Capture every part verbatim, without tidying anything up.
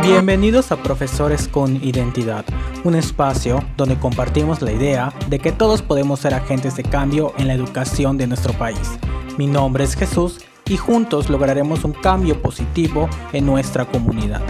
Bienvenidos a Profesores con Identidad, un espacio donde compartimos la idea de que todos podemos ser agentes de cambio en la educación de nuestro país. Mi nombre es Jesús y juntos lograremos un cambio positivo en nuestra comunidad.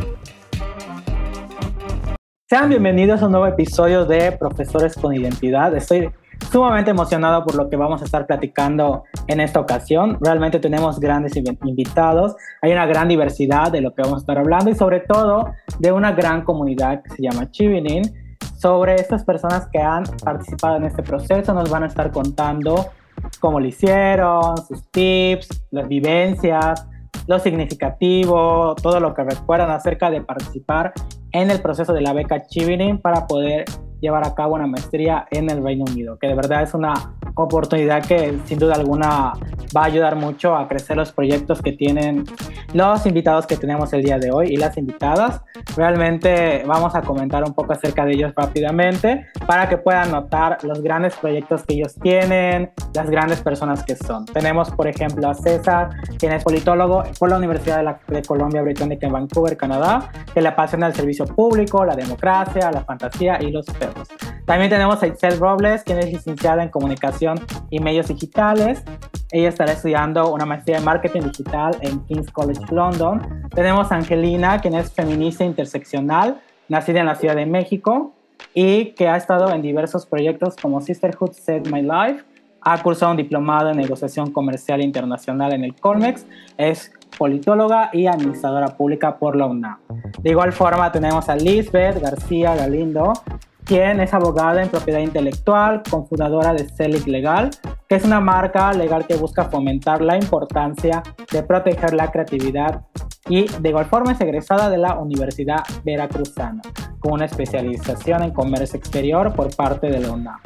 Sean bienvenidos a un nuevo episodio de Profesores con Identidad. Estoy sumamente emocionado por lo que vamos a estar platicando en esta ocasión. Realmente tenemos grandes invitados, hay una gran diversidad de lo que vamos a estar hablando y sobre todo de una gran comunidad que se llama Chivinín. Sobre estas personas que han participado en este proceso nos van a estar contando cómo lo hicieron, sus tips, las vivencias, lo significativo, todo lo que recuerdan acerca de participar en el proceso de la beca Chivinín para poder llevar a cabo una maestría en el Reino Unido, que de verdad es una oportunidad que sin duda alguna va a ayudar mucho a crecer los proyectos que tienen los invitados que tenemos el día de hoy y las invitadas. Realmente vamos a comentar un poco acerca de ellos rápidamente para que puedan notar los grandes proyectos que ellos tienen, las grandes personas que son. Tenemos, por ejemplo, a César, quien es politólogo por la Universidad de, la, de Columbia Británica en Vancouver, Canadá, que le apasiona el servicio público, la democracia, la fantasía y los perros. También tenemos a Itzel Robles, quien es licenciada en Comunicación y Medios Digitales. Ella estará estudiando una maestría en Marketing Digital en King's College London. Tenemos a Angelina, quien es feminista interseccional, nacida en la Ciudad de México y que ha estado en diversos proyectos como Sisterhood Saved My Life. Ha cursado un diplomado en negociación comercial internacional en el Colmex. Es politóloga y administradora pública por la UNAM. De igual forma tenemos a Lisbeth García Galindo, quien es abogada en propiedad intelectual, cofundadora de Celic Legal, que es una marca legal que busca fomentar la importancia de proteger la creatividad, y de igual forma es egresada de la Universidad Veracruzana, con una especialización en comercio exterior por parte de la UNAM.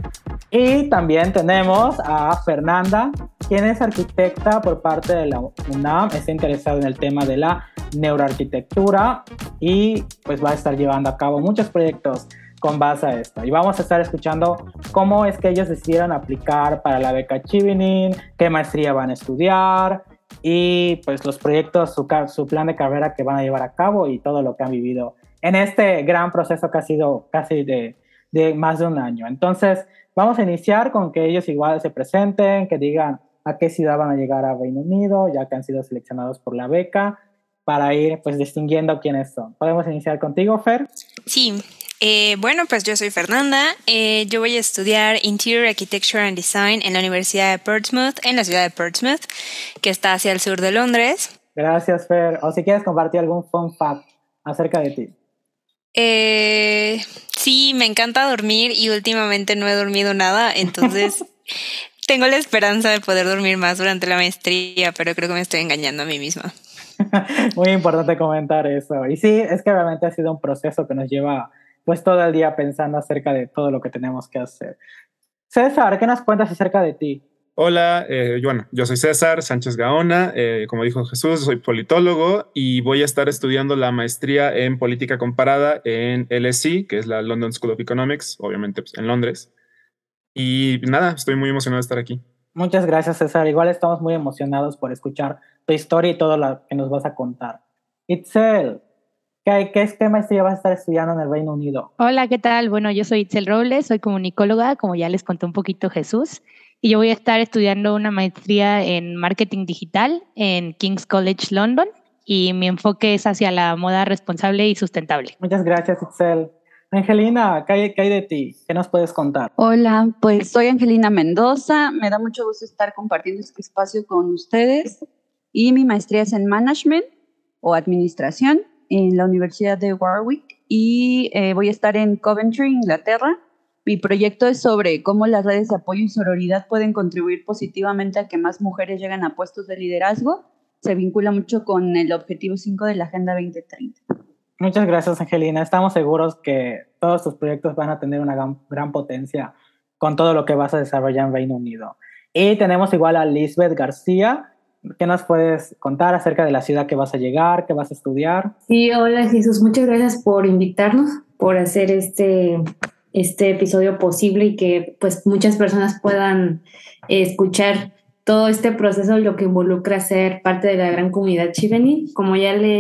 Y también tenemos a Fernanda, quien es arquitecta por parte de la UNAM, está interesada en el tema de la neuroarquitectura y pues va a estar llevando a cabo muchos proyectos con base a esto. Y vamos a estar escuchando cómo es que ellos decidieron aplicar para la beca Chivinín, qué maestría van a estudiar y pues los proyectos, su, su plan de carrera que van a llevar a cabo y todo lo que han vivido en este gran proceso que ha sido casi de, de más de un año. Entonces, vamos a iniciar con que ellos igual se presenten, que digan a qué ciudad van a llegar a Reino Unido, ya que han sido seleccionados por la beca, para ir pues distinguiendo quiénes son. ¿Podemos iniciar contigo, Fer? Sí. Eh, bueno, pues yo soy Fernanda, eh, yo voy a estudiar Interior Architecture and Design en la Universidad de Portsmouth, en la ciudad de Portsmouth, que está hacia el sur de Londres. Gracias, Fer. O si quieres compartir algún fun fact acerca de ti. Eh, sí, me encanta dormir y últimamente no he dormido nada, entonces tengo la esperanza de poder dormir más durante la maestría, pero creo que me estoy engañando a mí misma. Muy importante comentar eso. Y sí, es que realmente ha sido un proceso que nos lleva pues todo el día pensando acerca de todo lo que tenemos que hacer. César, ¿qué nos cuentas acerca de ti? Hola, eh, bueno, yo soy César Sánchez Gaona, eh, como dijo Jesús, soy politólogo y voy a estar estudiando la maestría en política comparada en L S E, que es la London School of Economics, obviamente pues, en Londres. Y nada, estoy muy emocionado de estar aquí. Muchas gracias, César. Igual estamos muy emocionados por escuchar tu historia y todo lo que nos vas a contar. Itzel, ¿Qué, ¿Qué, ¿Qué maestría vas a estar estudiando en el Reino Unido? Hola, ¿qué tal? Bueno, yo soy Itzel Robles, soy comunicóloga, como ya les contó un poquito Jesús, y yo voy a estar estudiando una maestría en marketing digital en King's College London, y mi enfoque es hacia la moda responsable y sustentable. Muchas gracias, Itzel. Angelina, ¿qué hay, ¿qué hay de ti? ¿Qué nos puedes contar? Hola, pues soy Angelina Mendoza, me da mucho gusto estar compartiendo este espacio con ustedes, y mi maestría es en management o administración en la Universidad de Warwick y eh, voy a estar en Coventry, Inglaterra. Mi proyecto es sobre cómo las redes de apoyo y sororidad pueden contribuir positivamente a que más mujeres lleguen a puestos de liderazgo. Se vincula mucho con el objetivo cinco de la Agenda veinte treinta. Muchas gracias, Angelina. Estamos seguros que todos tus proyectos van a tener una gran, gran potencia con todo lo que vas a desarrollar en Reino Unido. Y tenemos igual a Lisbeth García. ¿Qué nos puedes contar acerca de la ciudad que vas a llegar, que vas a estudiar? Sí, hola Jesús, muchas gracias por invitarnos, por hacer este, este episodio posible y que pues muchas personas puedan escuchar todo este proceso, lo que involucra ser parte de la gran comunidad Chivinín. Como ya les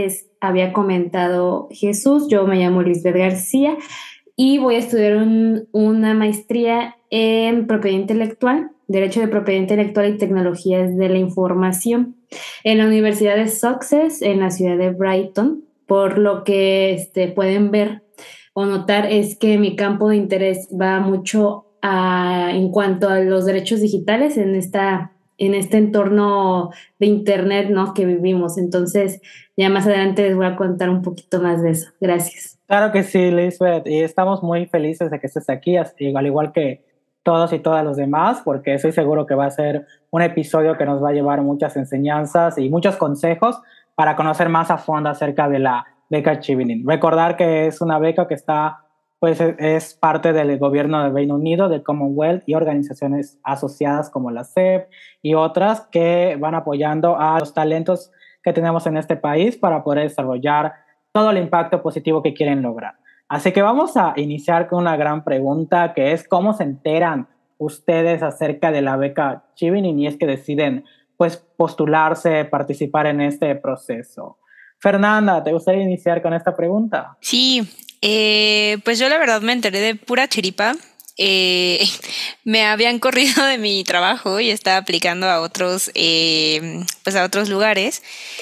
había comentado Jesús, yo me llamo Lisbeth García y voy a estudiar un, una maestría en propiedad intelectual, Derecho de Propiedad Intelectual y Tecnologías de la Información en la Universidad de Sussex, en la ciudad de Brighton. Por lo que este, pueden ver o notar es que mi campo de interés va mucho a, en cuanto a los derechos digitales en, esta, en este entorno de Internet, ¿no?, que vivimos. Entonces, ya más adelante les voy a contar un poquito más de eso. Gracias. Claro que sí, Lisbeth, y estamos muy felices de que estés aquí, así, al igual que todos y todas los demás, porque estoy seguro que va a ser un episodio que nos va a llevar muchas enseñanzas y muchos consejos para conocer más a fondo acerca de la beca Chevening. Recordar que es una beca que está, pues es parte del gobierno del Reino Unido, del Commonwealth y organizaciones asociadas como la S E P y otras que van apoyando a los talentos que tenemos en este país para poder desarrollar todo el impacto positivo que quieren lograr. Así que vamos a iniciar con una gran pregunta, que es ¿cómo se enteran ustedes acerca de la beca Chevening y es que deciden pues postularse, participar en este proceso? Fernanda, ¿te gustaría iniciar con esta pregunta? Sí, eh, pues yo la verdad me enteré de pura chiripa. Eh, me habían corrido de mi trabajo y estaba aplicando a otros, eh, pues a otros lugares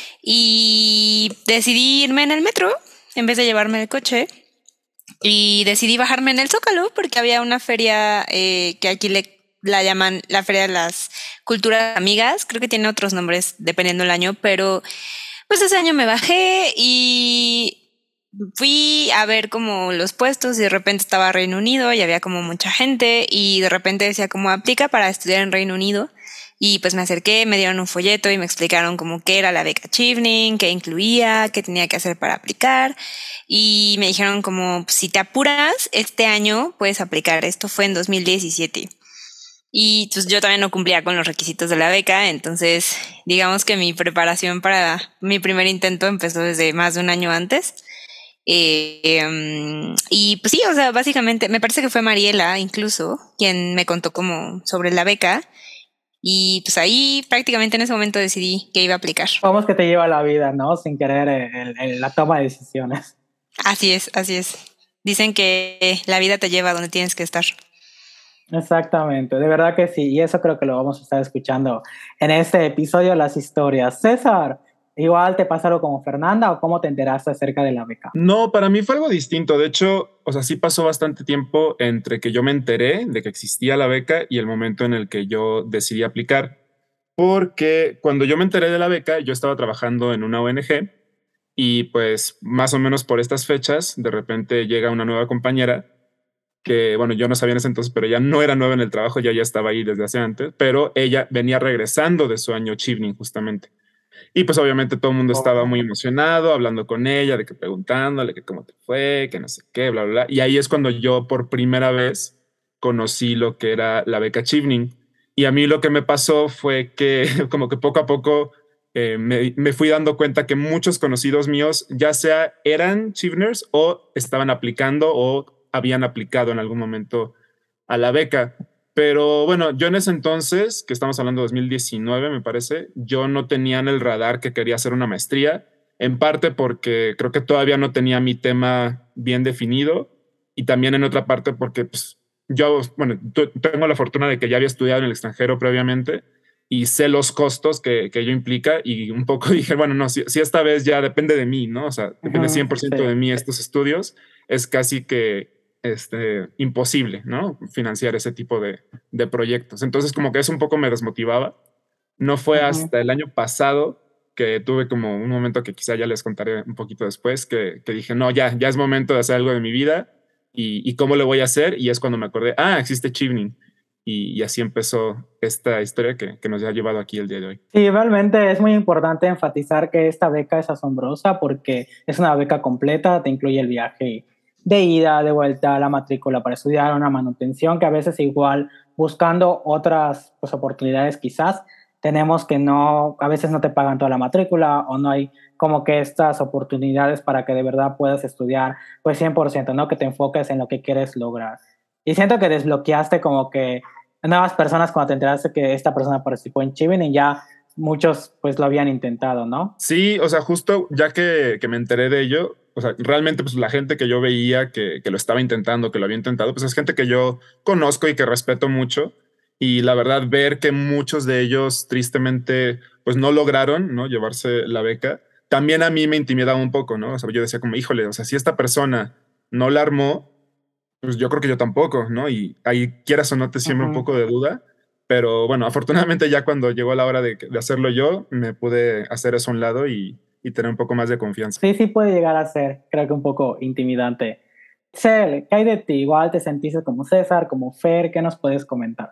y decidí irme en el metro en vez de llevarme el coche. Y decidí bajarme en el Zócalo porque había una feria eh, que aquí le, la llaman la Feria de las Culturas Amigas. Creo que tiene otros nombres dependiendo del año, pero pues ese año me bajé y fui a ver como los puestos y de repente estaba Reino Unido y había como mucha gente y de repente decía como aplica para estudiar en Reino Unido. Y pues me acerqué, me dieron un folleto y me explicaron como qué era la beca Chevening, qué incluía, qué tenía que hacer para aplicar. Y me dijeron como, si te apuras, este año puedes aplicar. Esto fue en dos mil diecisiete. Y pues yo también no cumplía con los requisitos de la beca, entonces digamos que mi preparación para mi primer intento empezó desde más de un año antes. Eh, um, y pues sí, o sea, básicamente me parece que fue Mariela incluso quien me contó como sobre la beca. Y pues ahí prácticamente en ese momento decidí que iba a aplicar. Vamos que te lleva la vida, ¿no? Sin querer el, el, la toma de decisiones. Así es, así es. Dicen que la vida te lleva donde tienes que estar. Exactamente, de verdad que sí. Y eso creo que lo vamos a estar escuchando en este episodio, las historias. César, ¿igual te pasa algo como Fernanda o cómo te enteraste acerca de la beca? No, para mí fue algo distinto. De hecho, o sea, sí pasó bastante tiempo entre que yo me enteré de que existía la beca y el momento en el que yo decidí aplicar. Porque cuando yo me enteré de la beca, yo estaba trabajando en una O N G y pues más o menos por estas fechas, de repente llega una nueva compañera que, bueno, yo no sabía en ese entonces, pero ella no era nueva en el trabajo, ya ya estaba ahí desde hace antes, pero ella venía regresando de su año Chevening justamente. Y pues obviamente todo el mundo estaba muy emocionado, hablando con ella, de que preguntándole que cómo te fue, que no sé qué, bla, bla, bla. Y ahí es cuando yo por primera vez conocí lo que era la beca Chevening. Y a mí lo que me pasó fue que como que poco a poco eh, me, me fui dando cuenta que muchos conocidos míos ya sea eran Cheveners o estaban aplicando o habían aplicado en algún momento a la beca. Pero bueno, yo en ese entonces, que estamos hablando de dos mil diecinueve, me parece, yo no tenía en el radar que quería hacer una maestría, en parte porque creo que todavía no tenía mi tema bien definido y también en otra parte porque pues, yo, bueno, tengo la fortuna de que ya había estudiado en el extranjero previamente y sé los costos que, que ello implica y un poco dije, bueno, no, si, si esta vez ya depende de mí, ¿no? O sea, depende cien por ciento uh-huh, sí. de mí estos estudios, es casi que Este, imposible, ¿no? Financiar ese tipo de, de proyectos. Entonces como que eso un poco me desmotivaba. No fue uh-huh. hasta el año pasado que tuve como un momento que quizá ya les contaré un poquito después, que, que dije, no, ya, ya es momento de hacer algo de mi vida y, y cómo lo voy a hacer. Y es cuando me acordé, ah, existe Chevening. Y, y así empezó esta historia que, que nos ha llevado aquí el día de hoy. Sí, realmente es muy importante enfatizar que esta beca es asombrosa porque es una beca completa, te incluye el viaje de ida, de vuelta, la matrícula para estudiar, una manutención que a veces igual buscando otras pues, oportunidades quizás tenemos que no, a veces no te pagan toda la matrícula o no hay como que estas oportunidades para que de verdad puedas estudiar pues cien por ciento, ¿no? Que te enfoques en lo que quieres lograr. Y siento que desbloqueaste como que nuevas personas cuando te enteraste que esta persona participó en Chevening y ya muchos pues lo habían intentado, ¿no? Sí, o sea, justo ya que, que me enteré de ello, o sea, realmente pues la gente que yo veía que, que lo estaba intentando, que lo había intentado, pues es gente que yo conozco y que respeto mucho. Y la verdad, ver que muchos de ellos tristemente pues no lograron, ¿no?, llevarse la beca, también a mí me intimidaba un poco, ¿no? O sea, yo decía como, híjole, o sea, si esta persona no la armó, pues yo creo que yo tampoco, ¿no? Y ahí quieras o no te siembra un Ujú. poco de duda. Pero bueno, afortunadamente ya cuando llegó la hora de, de hacerlo yo, me pude hacer eso a un lado y, y tener un poco más de confianza. Sí, sí puede llegar a ser, creo que un poco intimidante. Cel, ¿qué hay de ti? Igual te sentiste como César, como Fer, ¿qué nos puedes comentar?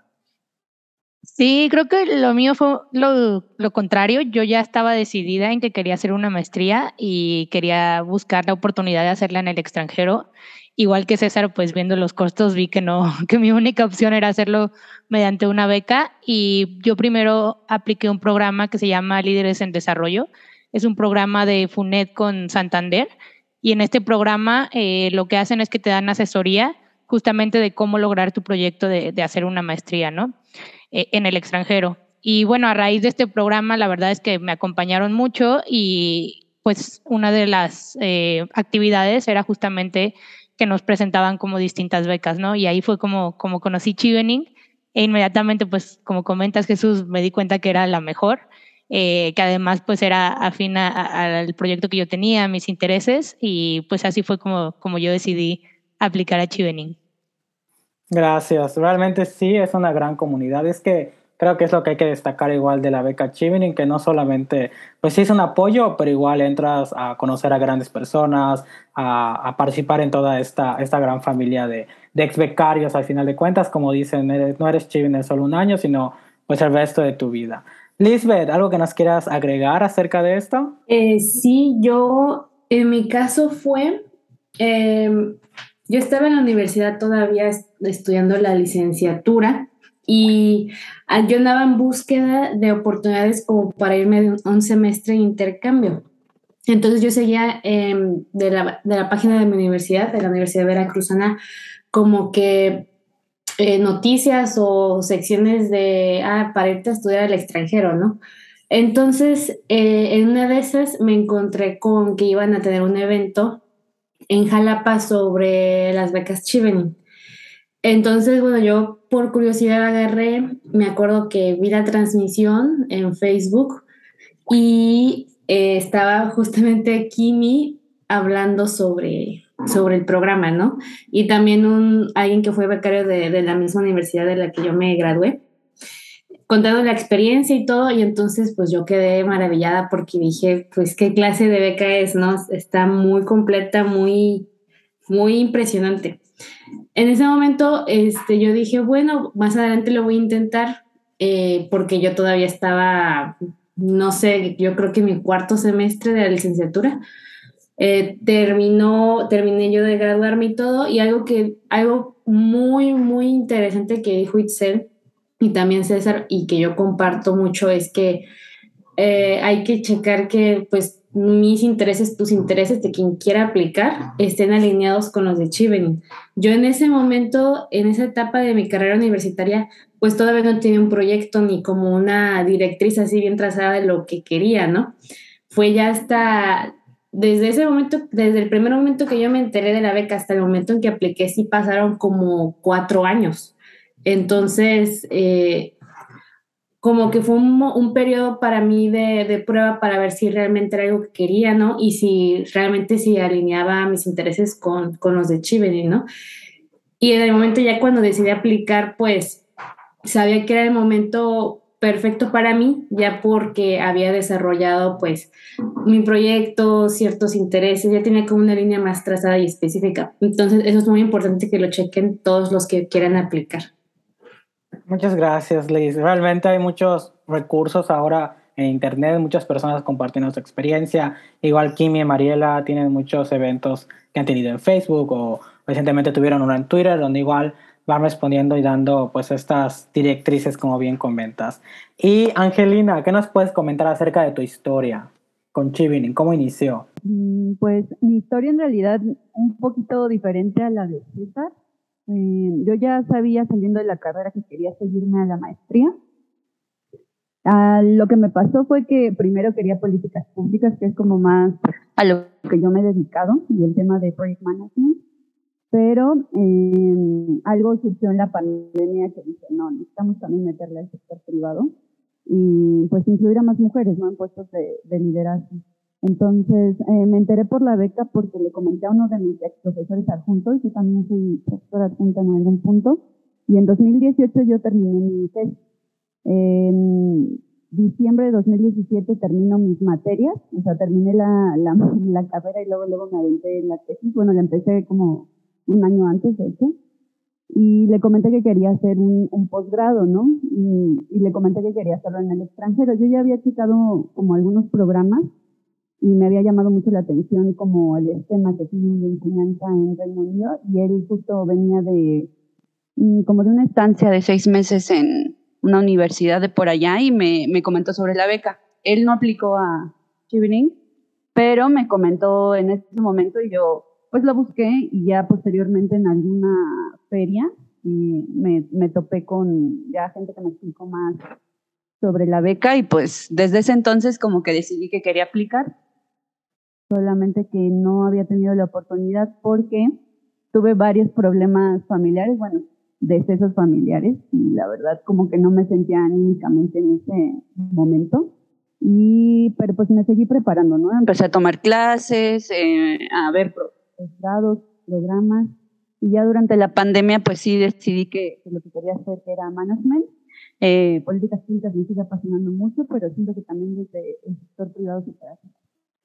Sí, creo que lo mío fue lo, lo contrario. Yo ya estaba decidida en que quería hacer una maestría y quería buscar la oportunidad de hacerla en el extranjero. Igual que César, pues viendo los costos vi que no, que mi única opción era hacerlo mediante una beca y yo primero apliqué un programa que se llama Líderes en Desarrollo. Es un programa de FUNED con Santander y en este programa eh, lo que hacen es que te dan asesoría justamente de cómo lograr tu proyecto de, de hacer una maestría, ¿no? Eh, en el extranjero. Y bueno, a raíz de este programa, la verdad es que me acompañaron mucho y pues una de las eh, actividades era justamente que nos presentaban como distintas becas, ¿no? Y ahí fue como, como conocí Chevening e inmediatamente, pues como comentas Jesús, me di cuenta que era la mejor, eh, que además pues era afín a, a, al proyecto que yo tenía, a mis intereses y pues así fue como, como yo decidí aplicar a Chevening. Gracias, realmente sí es una gran comunidad. Es que creo que es lo que hay que destacar igual de la beca Achieving, que no solamente, pues sí es un apoyo, pero igual entras a conocer a grandes personas, a, a participar en toda esta, esta gran familia de, de ex becarios al final de cuentas, como dicen, eres, no eres Achieving solo un año, sino pues el resto de tu vida. Lisbeth, ¿algo que nos quieras agregar acerca de esto? Eh, sí, yo, en mi caso fue, eh, yo estaba en la universidad todavía est- estudiando la licenciatura y ah, yo andaba en búsqueda de oportunidades como para irme de un, a un semestre de intercambio. Entonces yo seguía eh, de la, de la página de mi universidad, de la Universidad Veracruzana, como que eh, noticias o secciones de, ah, para irte a estudiar al extranjero, ¿no? Entonces, eh, en una de esas me encontré con que iban a tener un evento en Jalapa sobre las becas Chevening. Entonces, bueno, yo por curiosidad agarré, me acuerdo que vi la transmisión en Facebook y eh, estaba justamente Kimi hablando sobre, sobre el programa, ¿no? Y también un, alguien que fue becario de, de la misma universidad de la que yo me gradué, contando la experiencia y todo, y entonces pues yo quedé maravillada porque dije, pues qué clase de beca es, ¿no? Está muy completa, muy, muy impresionante. En ese momento, este, yo dije, bueno, más adelante lo voy a intentar, eh, porque yo todavía estaba, no sé, yo creo que mi cuarto semestre de la licenciatura. Eh, terminó, terminé yo de graduarme y todo, y algo que, algo muy, muy interesante que dijo Itzel y también César, y que yo comparto mucho, es que eh, hay que checar que pues mis intereses, tus intereses de quien quiera aplicar estén alineados con los de Chevening. Yo en ese momento, en esa etapa de mi carrera universitaria, pues todavía no tenía un proyecto ni como una directriz así bien trazada de lo que quería, ¿no? Fue ya hasta, desde ese momento, desde el primer momento que yo me enteré de la beca hasta el momento en que apliqué, sí pasaron como cuatro años. Entonces, eh, como que fue un, un periodo para mí de, de, prueba para ver si realmente era algo que quería, ¿no? Y si realmente si alineaba mis intereses con, con los de Chevening, ¿no? Y en el momento ya cuando decidí aplicar, pues sabía que era el momento perfecto para mí, ya porque había desarrollado pues mi proyecto, ciertos intereses, ya tenía como una línea más trazada y específica. Entonces eso es muy importante que lo chequen todos los que quieran aplicar. Muchas gracias, Liz. Realmente hay muchos recursos ahora en internet, muchas personas compartiendo su experiencia. Igual Kimi y Mariela tienen muchos eventos que han tenido en Facebook o recientemente tuvieron uno en Twitter, donde igual van respondiendo y dando pues estas directrices como bien comentas. Y Angelina, ¿qué nos puedes comentar acerca de tu historia con Chevening? ¿Cómo inició? Pues mi historia en realidad un poquito diferente a la de César. Eh, yo ya sabía saliendo de la carrera que quería seguirme a la maestría. Ah, lo que me pasó fue que primero quería políticas públicas, que es como más a lo que yo me he dedicado, y el tema de project management, pero eh, algo surgió en la pandemia que dije, no, necesitamos también meterle al sector privado y pues incluir a más mujeres, ¿no? En puestos de, de liderazgo. Entonces eh, me enteré por la beca porque le comenté a uno de mis ex profesores adjuntos, yo también fui profesora adjunta en algún punto, y en dos mil dieciocho yo terminé mi tesis. En diciembre de dos mil diecisiete termino mis materias, o sea, terminé la, la, la carrera y luego, luego me aventé en la tesis. Bueno, la empecé como un año antes, de hecho, y le comenté que quería hacer un, un posgrado, ¿no? Y, y le comenté que quería hacerlo en el extranjero. Yo ya había checado como algunos programas y me había llamado mucho la atención como el esquema que tiene de enseñanza en Reino Unido, y él justo venía de como de una estancia de seis meses en una universidad de por allá y me, me comentó sobre la beca. Él no aplicó a Chevening, pero me comentó en ese momento y yo pues lo busqué, y ya posteriormente en alguna feria y me, me topé con ya gente que me explicó más sobre la beca, y pues desde ese entonces como que decidí que quería aplicar, solamente que no había tenido la oportunidad porque tuve varios problemas familiares, bueno, decesos familiares, y la verdad como que no me sentía anímicamente en ese momento, y pero pues me seguí preparando, ¿no? Empecé a tomar clases, eh, a ver posgrados, programas, y ya durante la pandemia pues sí decidí que, que lo que quería hacer era management. Eh, políticas públicas me sigue apasionando mucho, pero siento que también desde el sector privado se puede hacer.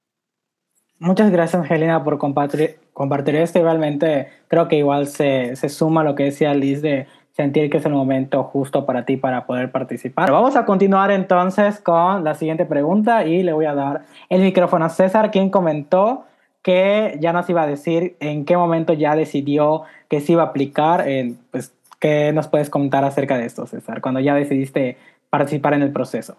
Muchas gracias, Angelina, por compartir, compartir esto. Igualmente, creo que igual se, se suma lo que decía Liz de sentir que es el momento justo para ti para poder participar. Vamos a continuar entonces con la siguiente pregunta y le voy a dar el micrófono a César, quien comentó que ya nos iba a decir en qué momento ya decidió que se iba a aplicar. Eh, pues, ¿qué nos puedes contar acerca de esto, César, cuando ya decidiste participar en el proceso?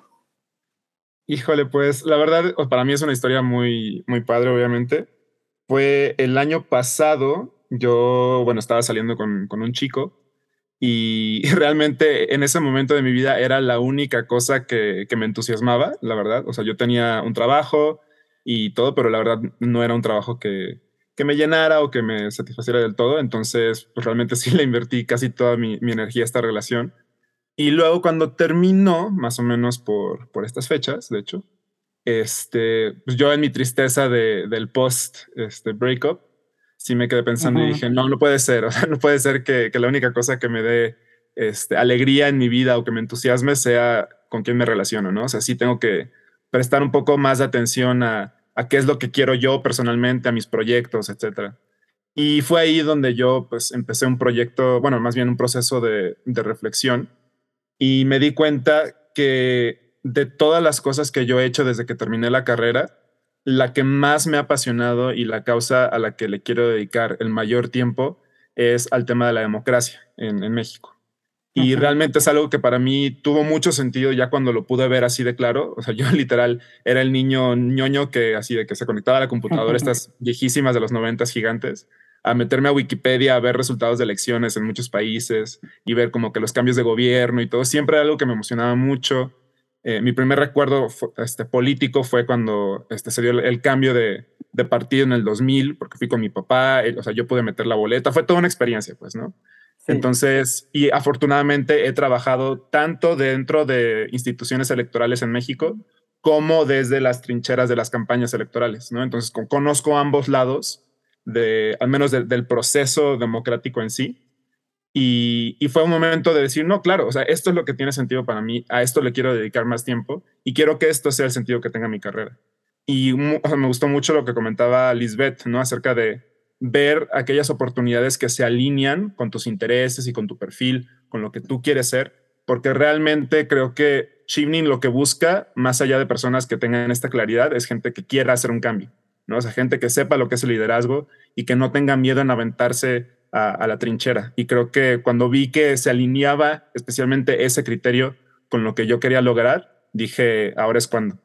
Híjole, pues la verdad, para mí es una historia muy, muy padre, obviamente. Fue el año pasado, yo, bueno, estaba saliendo con, con un chico y realmente en ese momento de mi vida era la única cosa que, que me entusiasmaba, la verdad. O sea, yo tenía un trabajo y todo, pero la verdad no era un trabajo que, que me llenara o que me satisfaciera del todo. Entonces, pues realmente sí le invertí casi toda mi, mi energía a esta relación. Y luego cuando terminó, más o menos por, por estas fechas, de hecho, este, pues yo en mi tristeza de, del post este, breakup, sí me quedé pensando uh-huh. y dije, no, no puede ser, o sea, no puede ser que, que la única cosa que me dé este, alegría en mi vida o que me entusiasme sea con quién me relaciono, ¿no? O sea, sí tengo que prestar un poco más de atención a, a qué es lo que quiero yo personalmente, a mis proyectos, etcétera. Y fue ahí donde yo pues empecé un proyecto, bueno, más bien un proceso de, de reflexión, y me di cuenta que de todas las cosas que yo he hecho desde que terminé la carrera, la que más me ha apasionado y la causa a la que le quiero dedicar el mayor tiempo es al tema de la democracia en, en México. Y uh-huh. realmente es algo que para mí tuvo mucho sentido ya cuando lo pude ver así de claro. O sea, yo literal era el niño ñoño que así de que se conectaba a la computadora, uh-huh. estas viejísimas de los noventas gigantes, a meterme a Wikipedia, a ver resultados de elecciones en muchos países y ver como que los cambios de gobierno y todo. Siempre era algo que me emocionaba mucho. Eh, mi primer recuerdo fue, este, político fue cuando este, se dio el, el cambio de, de partido en el dos mil, porque fui con mi papá, el, o sea, yo pude meter la boleta. Fue toda una experiencia, pues, ¿no? Sí. Entonces, y afortunadamente he trabajado tanto dentro de instituciones electorales en México como desde las trincheras de las campañas electorales, ¿no? Entonces, con, conozco ambos lados, de, al menos de, del proceso democrático en sí. Y, y fue un momento de decir, no, claro, o sea, esto es lo que tiene sentido para mí, a esto le quiero dedicar más tiempo y quiero que esto sea el sentido que tenga mi carrera. Y o sea, me gustó mucho lo que comentaba Lisbeth, ¿no? Acerca de ver aquellas oportunidades que se alinean con tus intereses y con tu perfil, con lo que tú quieres ser, porque realmente creo que Chevening lo que busca, más allá de personas que tengan esta claridad, es gente que quiera hacer un cambio, ¿no? O sea, gente que sepa lo que es el liderazgo y que no tenga miedo en aventarse a, a la trinchera. Y creo que cuando vi que se alineaba especialmente ese criterio con lo que yo quería lograr, dije, ahora es cuando.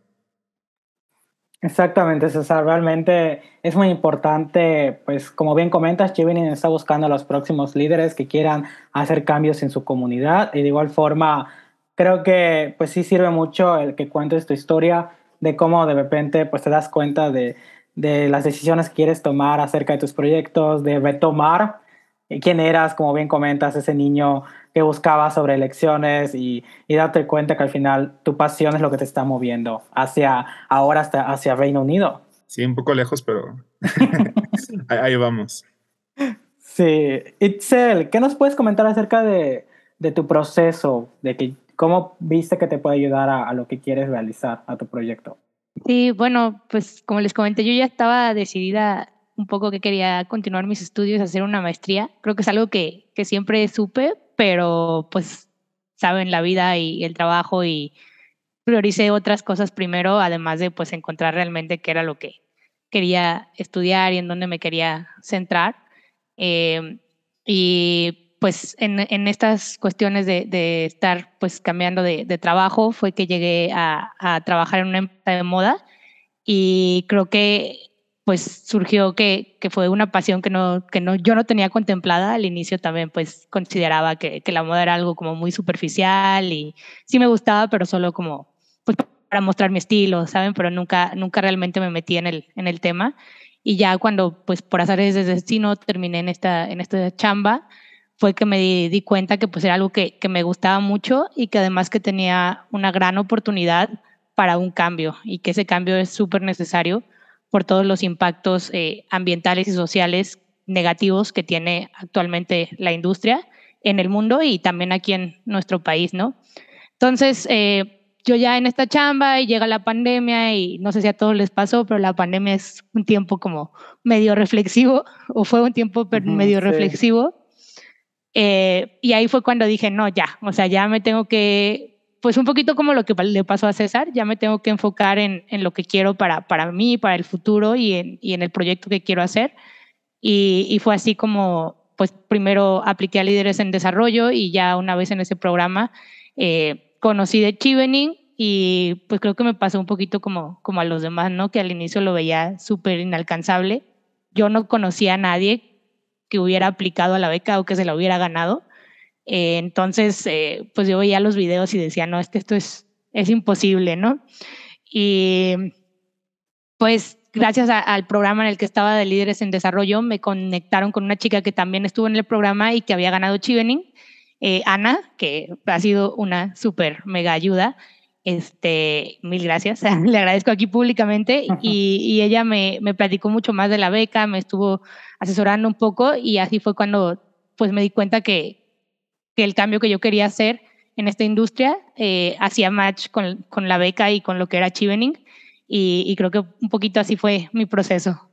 Exactamente, César. Realmente es muy importante, pues como bien comentas, Chevening está buscando a los próximos líderes que quieran hacer cambios en su comunidad y de igual forma creo que pues sí sirve mucho el que cuentes tu historia de cómo de repente pues te das cuenta de, de las decisiones que quieres tomar acerca de tus proyectos, de retomar quién eras, como bien comentas, ese niño que buscaba sobre elecciones y, y darte cuenta que al final tu pasión es lo que te está moviendo hacia ahora hasta hacia Reino Unido. Sí, un poco lejos, pero ahí, ahí vamos. Sí, Itzel, ¿qué nos puedes comentar acerca de, de tu proceso, de que cómo viste que te puede ayudar a, a lo que quieres realizar, a tu proyecto? Sí, bueno, pues como les comenté, yo ya estaba decidida un poco que quería continuar mis estudios, hacer una maestría. Creo que es algo que, que siempre supe, pero pues saben, la vida y el trabajo y prioricé otras cosas primero, además de pues encontrar realmente qué era lo que quería estudiar y en dónde me quería centrar. Eh, y pues en, en estas cuestiones de, de estar pues cambiando de, de trabajo fue que llegué a, a trabajar en una empresa de moda y creo que pues surgió que, que fue una pasión que, no, que no, yo no tenía contemplada. Al inicio también pues consideraba que, que la moda era algo como muy superficial y sí me gustaba, pero solo como pues para mostrar mi estilo, ¿saben? Pero nunca, nunca realmente me metí en el, en el tema. Y ya cuando pues por azares de destino terminé en esta, en esta chamba, fue que me di, di cuenta que pues era algo que, que me gustaba mucho y que además que tenía una gran oportunidad para un cambio y que ese cambio es súper necesario por todos los impactos eh, ambientales y sociales negativos que tiene actualmente la industria en el mundo y también aquí en nuestro país, ¿no? Entonces, eh, yo ya en esta chamba y llega la pandemia y no sé si a todos les pasó, pero la pandemia es un tiempo como medio reflexivo o fue un tiempo Uh-huh, medio sí. reflexivo. Eh, y ahí fue cuando dije, no, ya, o sea, ya me tengo que, pues un poquito como lo que le pasó a César, ya me tengo que enfocar en, en lo que quiero para, para mí, para el futuro y en, y en el proyecto que quiero hacer. Y, y fue así como, pues primero apliqué a Líderes en Desarrollo y ya una vez en ese programa eh, conocí de Chevening y pues creo que me pasó un poquito como, como a los demás, ¿no? Que al inicio lo veía súper inalcanzable. Yo no conocía a nadie que hubiera aplicado a la beca o que se la hubiera ganado. Eh, entonces, eh, pues yo veía los videos y decía, no, es que esto es, es imposible, ¿no? Y pues gracias a, al programa en el que estaba de Líderes en Desarrollo, me conectaron con una chica que también estuvo en el programa y que había ganado Chevening, eh, Ana, que ha sido una súper mega ayuda. Este, mil gracias, le agradezco aquí públicamente y, y ella me, me platicó mucho más de la beca, me estuvo asesorando un poco y así fue cuando pues me di cuenta que, que el cambio que yo quería hacer en esta industria eh, hacía match con, con la beca y con lo que era Chevening y, y creo que un poquito así fue mi proceso.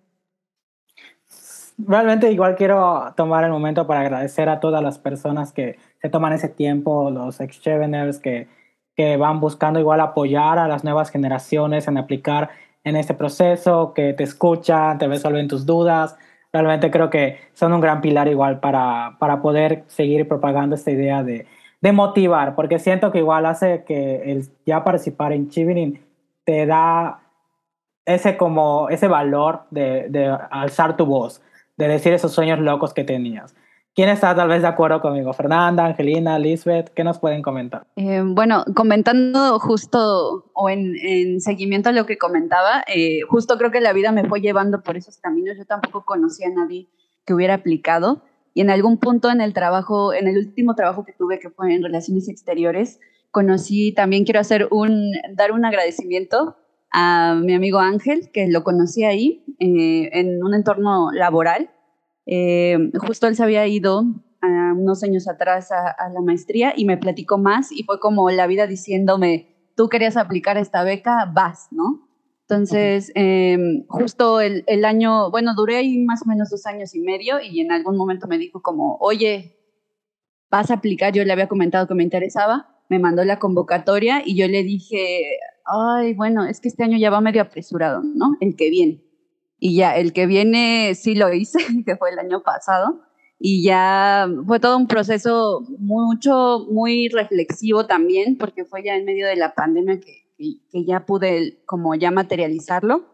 Realmente igual quiero tomar el momento para agradecer a todas las personas que se toman ese tiempo, los ex-Cheveners que, que van buscando igual apoyar a las nuevas generaciones en aplicar en este proceso, que te escuchan, te resuelven tus dudas. Realmente creo que son un gran pilar igual para, para poder seguir propagando esta idea de, de motivar, porque siento que igual hace que el ya participar en Chevening te da ese, como, ese valor de, de alzar tu voz, de decir esos sueños locos que tenías. ¿Quién está tal vez de acuerdo conmigo? Fernanda, Angelina, Lisbeth, ¿qué nos pueden comentar? Eh, bueno, comentando justo o en, en seguimiento a lo que comentaba, eh, justo creo que la vida me fue llevando por esos caminos. Yo tampoco conocía a nadie que hubiera aplicado y en algún punto en el trabajo, en el último trabajo que tuve, que fue en Relaciones Exteriores, conocí, también quiero hacer un, dar un agradecimiento a mi amigo Ángel, que lo conocí ahí eh, en un entorno laboral. Eh, justo él se había ido uh, unos años atrás a, a la maestría y me platicó más y fue como la vida diciéndome, tú querías aplicar esta beca, vas, ¿no? Entonces, eh, justo el, el año, bueno, duré ahí más o menos dos años y medio y en algún momento me dijo como, oye, vas a aplicar, yo le había comentado que me interesaba, me mandó la convocatoria y yo le dije, ay, bueno, es que este año ya va medio apresurado, ¿no? El que viene. Y ya, el que viene sí lo hice, que fue el año pasado, y ya fue todo un proceso mucho, muy reflexivo también, porque fue ya en medio de la pandemia que, que, que ya pude como ya materializarlo.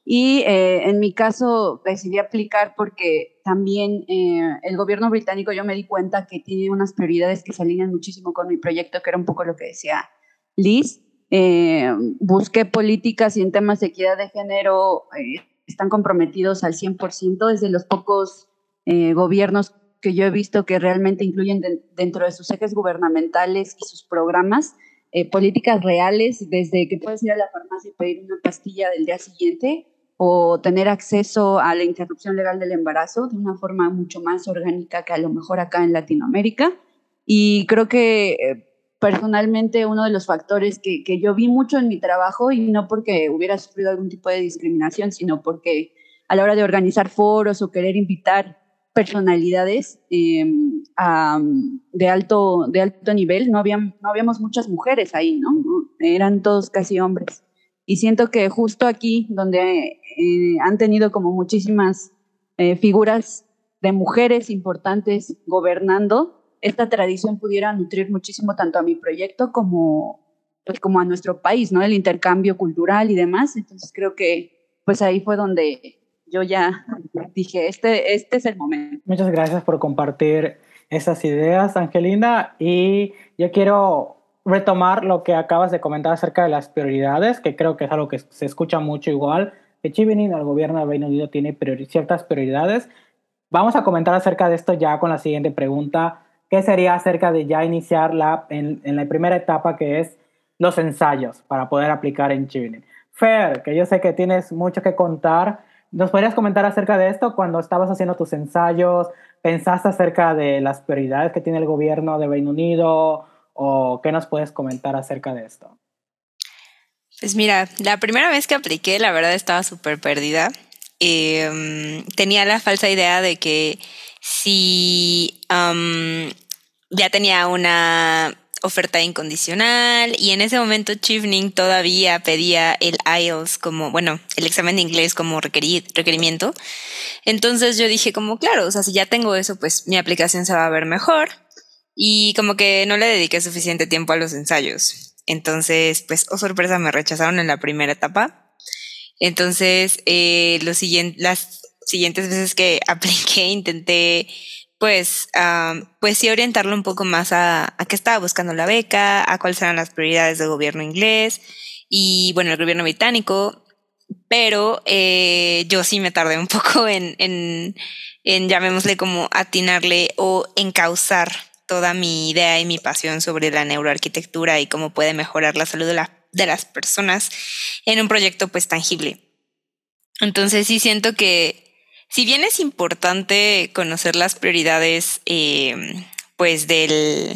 Y eh, en mi caso decidí aplicar porque también eh, el gobierno británico, yo me di cuenta que tiene unas prioridades que se alinean muchísimo con mi proyecto, que era un poco lo que decía Liz. Eh, busqué políticas y en temas de equidad de género eh, están comprometidos al cien por ciento, desde los pocos eh, gobiernos que yo he visto que realmente incluyen de, dentro de sus ejes gubernamentales y sus programas eh, políticas reales, desde que puedes ir a la farmacia y pedir una pastilla del día siguiente o tener acceso a la interrupción legal del embarazo de una forma mucho más orgánica que a lo mejor acá en Latinoamérica. Y creo que eh, personalmente uno de los factores que, que yo vi mucho en mi trabajo, y no porque hubiera sufrido algún tipo de discriminación, sino porque a la hora de organizar foros o querer invitar personalidades eh, a, de, alto, de alto nivel, no, había, no habíamos muchas mujeres ahí, ¿no? Eran todos casi hombres. Y siento que justo aquí, donde eh, han tenido como muchísimas eh, figuras de mujeres importantes gobernando, esta tradición pudiera nutrir muchísimo tanto a mi proyecto como, pues, como a nuestro país, ¿no? El intercambio cultural y demás. Entonces creo que pues ahí fue donde yo ya dije, este, este es el momento. Muchas gracias por compartir esas ideas, Angelina. Y yo quiero retomar lo que acabas de comentar acerca de las prioridades, que creo que es algo que se escucha mucho igual, que Chevening, el gobierno del Reino Unido, tiene priori- ciertas prioridades. Vamos a comentar acerca de esto ya con la siguiente pregunta, que sería acerca de ya iniciar la, en, en la primera etapa, que es los ensayos para poder aplicar en Chevening. Fer, que yo sé que tienes mucho que contar, ¿nos podrías comentar acerca de esto? Cuando estabas haciendo tus ensayos, ¿pensaste acerca de las prioridades que tiene el gobierno de Reino Unido? ¿O qué nos puedes comentar acerca de esto? Pues mira, la primera vez que apliqué, la verdad estaba súper perdida. Eh, tenía la falsa idea de que si um, ya tenía una oferta incondicional, y en ese momento Chevening todavía pedía el I E L T S como, bueno, el examen de inglés como requeri- requerimiento. Entonces yo dije como, claro, o sea, si ya tengo eso, pues mi aplicación se va a ver mejor. Y como que no le dediqué suficiente tiempo a los ensayos. Entonces, pues, oh sorpresa, me rechazaron en la primera etapa. Entonces, eh, los siguiente, las siguientes veces que apliqué, intenté, pues, um, pues sí orientarlo un poco más a, a qué estaba buscando la beca, a cuáles eran las prioridades del gobierno inglés y, bueno, el gobierno británico. Pero eh, yo sí me tardé un poco en, en, en, llamémosle como atinarle o encauzar toda mi idea y mi pasión sobre la neuroarquitectura y cómo puede mejorar la salud de, la, de las personas en un proyecto pues tangible. Entonces sí siento que si bien es importante conocer las prioridades eh, pues del,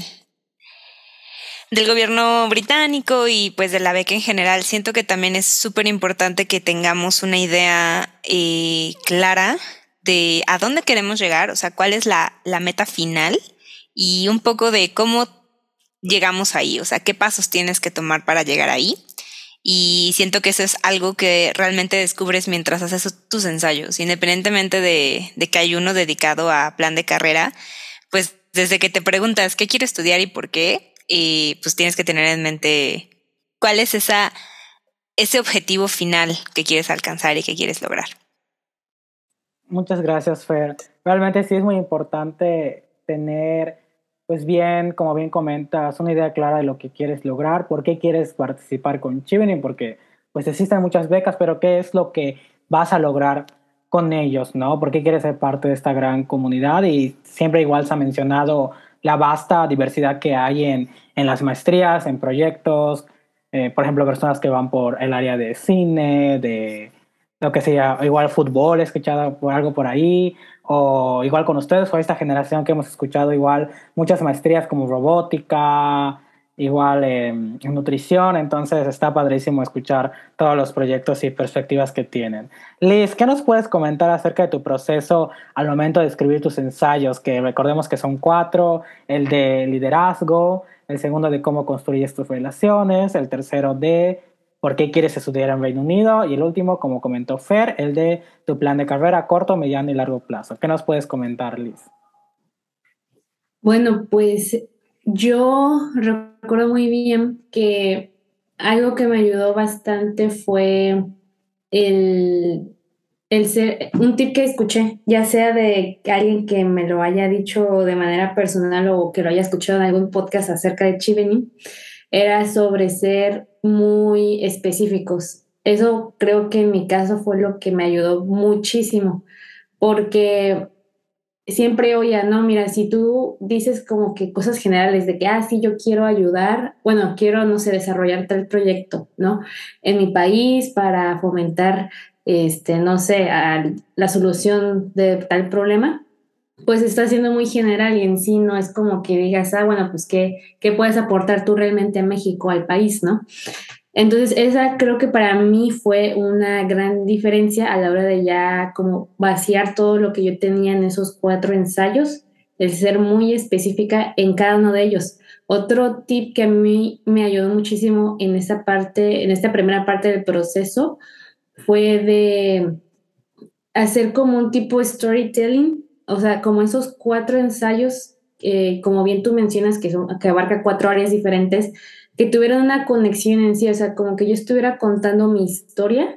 del gobierno británico y pues de la beca en general, siento que también es súper importante que tengamos una idea eh, clara de a dónde queremos llegar, o sea, cuál es la, la meta final y un poco de cómo llegamos ahí, o sea, qué pasos tienes que tomar para llegar ahí. Y siento que eso es algo que realmente descubres mientras haces tus ensayos, independientemente de, de que hay uno dedicado a plan de carrera, pues desde que te preguntas qué quiero estudiar y por qué, y pues tienes que tener en mente cuál es esa, ese objetivo final que quieres alcanzar y que quieres lograr. Muchas gracias, Fer. Realmente sí es muy importante tener, pues bien, como bien comentas, una idea clara de lo que quieres lograr, por qué quieres participar con Chevening, porque pues existen muchas becas, pero qué es lo que vas a lograr con ellos, ¿no? ¿Por qué quieres ser parte de esta gran comunidad? Y siempre igual se ha mencionado la vasta diversidad que hay en, en las maestrías, en proyectos, eh, por ejemplo, personas que van por el área de cine, de lo que sea, igual fútbol, he escuchado por algo por ahí, o igual con ustedes, o esta generación que hemos escuchado igual muchas maestrías como robótica, igual eh, en nutrición, entonces está padrísimo escuchar todos los proyectos y perspectivas que tienen. Liz, ¿qué nos puedes comentar acerca de tu proceso al momento de escribir tus ensayos? Que recordemos que son cuatro, el de liderazgo, el segundo de cómo construyes tus relaciones, el tercero de por qué quieres estudiar en Reino Unido y el último, como comentó Fer, el de tu plan de carrera a corto, mediano y largo plazo. ¿Qué nos puedes comentar, Liz? Bueno, pues yo recuerdo muy bien que algo que me ayudó bastante fue el, el ser, un tip que escuché, ya sea de alguien que me lo haya dicho de manera personal o que lo haya escuchado en algún podcast acerca de Chevening, era sobre ser muy específicos. Eso creo que en mi caso fue lo que me ayudó muchísimo, porque siempre oía, no, mira, si tú dices como que cosas generales de que, ah, sí, yo quiero ayudar, bueno, quiero, no sé, desarrollar tal proyecto, ¿no? En mi país para fomentar, este, no sé, a la solución de tal problema, pues está siendo muy general y en sí no es como que digas, ah, bueno, pues qué, qué puedes aportar tú realmente a México, al país, ¿no? Entonces, esa creo que para mí fue una gran diferencia a la hora de ya como vaciar todo lo que yo tenía en esos cuatro ensayos, el ser muy específica en cada uno de ellos. Otro tip que a mí me ayudó muchísimo en esta parte, en esta primera parte del proceso, fue de hacer como un tipo de storytelling, o sea, como esos cuatro ensayos, eh, como bien tú mencionas, que, son, que abarca cuatro áreas diferentes, que tuvieran una conexión en sí, o sea, como que yo estuviera contando mi historia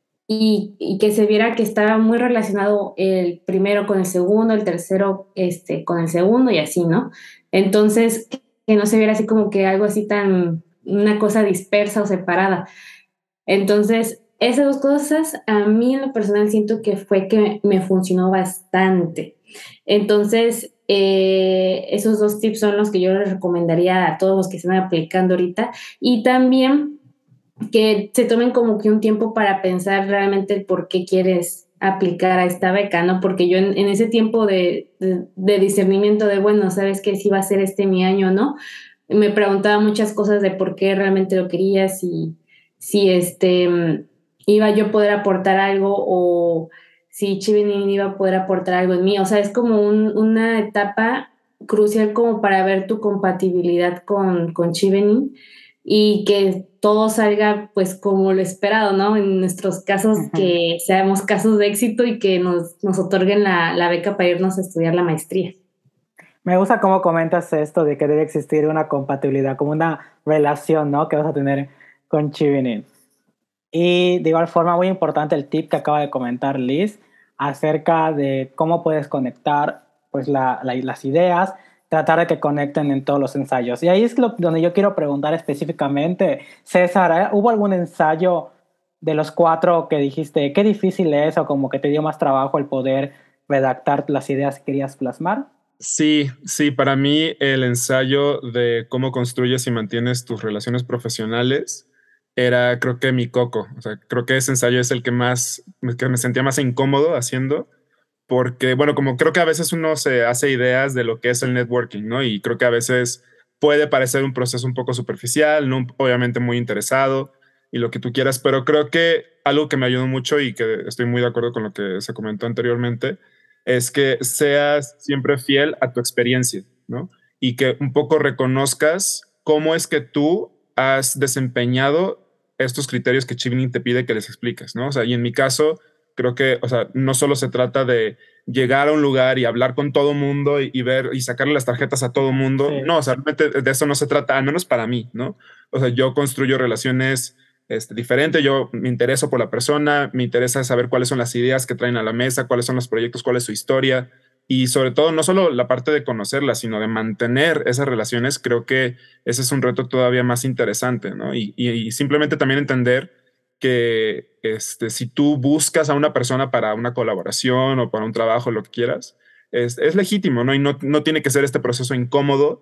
y, y que se viera que estaba muy relacionado el primero con el segundo, el tercero este, con el segundo y así, ¿no? Entonces, que no se viera así como que algo así tan, una cosa dispersa o separada. Entonces, esas dos cosas a mí en lo personal siento que fue que me funcionó bastante. Entonces, eh, esos dos tips son los que yo les recomendaría a todos los que están aplicando ahorita. Y también que se tomen como que un tiempo para pensar realmente el por qué quieres aplicar a esta beca, ¿no? Porque yo en, en ese tiempo de, de, de discernimiento de, bueno, ¿sabes qué? Si va a ser este mi año, ¿no? Me preguntaba muchas cosas de por qué realmente lo quería, si, si este, iba yo a poder aportar algo o si Chevening iba a poder aportar algo en mí. O sea, es como un, una etapa crucial como para ver tu compatibilidad con, con Chevening y que todo salga pues como lo esperado, ¿no? En nuestros casos, uh-huh. que seamos casos de éxito y que nos, nos otorguen la, la beca para irnos a estudiar la maestría. Me gusta cómo comentas esto de que debe existir una compatibilidad, como una relación, ¿no? Que vas a tener con Chevening. Y de igual forma, muy importante el tip que acaba de comentar Liz acerca de cómo puedes conectar pues, la, la, las ideas, tratar de que conecten en todos los ensayos. Y ahí es lo, donde yo quiero preguntar específicamente, César, ¿hubo algún ensayo de los cuatro que dijiste qué difícil es o como que te dio más trabajo el poder redactar las ideas que querías plasmar? Sí, sí, para mí el ensayo de cómo construyes y mantienes tus relaciones profesionales era, creo que mi coco. O sea, creo que ese ensayo es el que más, que me sentía más incómodo haciendo, porque, bueno, como creo que a veces uno se hace ideas de lo que es el networking, ¿no? Y creo que a veces puede parecer un proceso un poco superficial, ¿no? Obviamente muy interesado y lo que tú quieras, pero creo que algo que me ayudó mucho y que estoy muy de acuerdo con lo que se comentó anteriormente es que seas siempre fiel a tu experiencia, ¿no? Y que un poco reconozcas cómo es que tú has desempeñado estos criterios que Chevening te pide que les expliques, ¿no? O sea, y en mi caso, creo que, o sea, no solo se trata de llegar a un lugar y hablar con todo mundo y, y ver y sacarle las tarjetas a todo mundo. Sí. No, o sea, realmente de eso no se trata, al menos para mí, ¿no? O sea, yo construyo relaciones este, diferentes, yo me intereso por la persona, me interesa saber cuáles son las ideas que traen a la mesa, cuáles son los proyectos, cuál es su historia. Y sobre todo, no solo la parte de conocerla, sino de mantener esas relaciones, creo que ese es un reto todavía más interesante, ¿no? Y, y, y simplemente también entender que este, si tú buscas a una persona para una colaboración o para un trabajo, lo que quieras, es, es legítimo, ¿no? Y no, no tiene que ser este proceso incómodo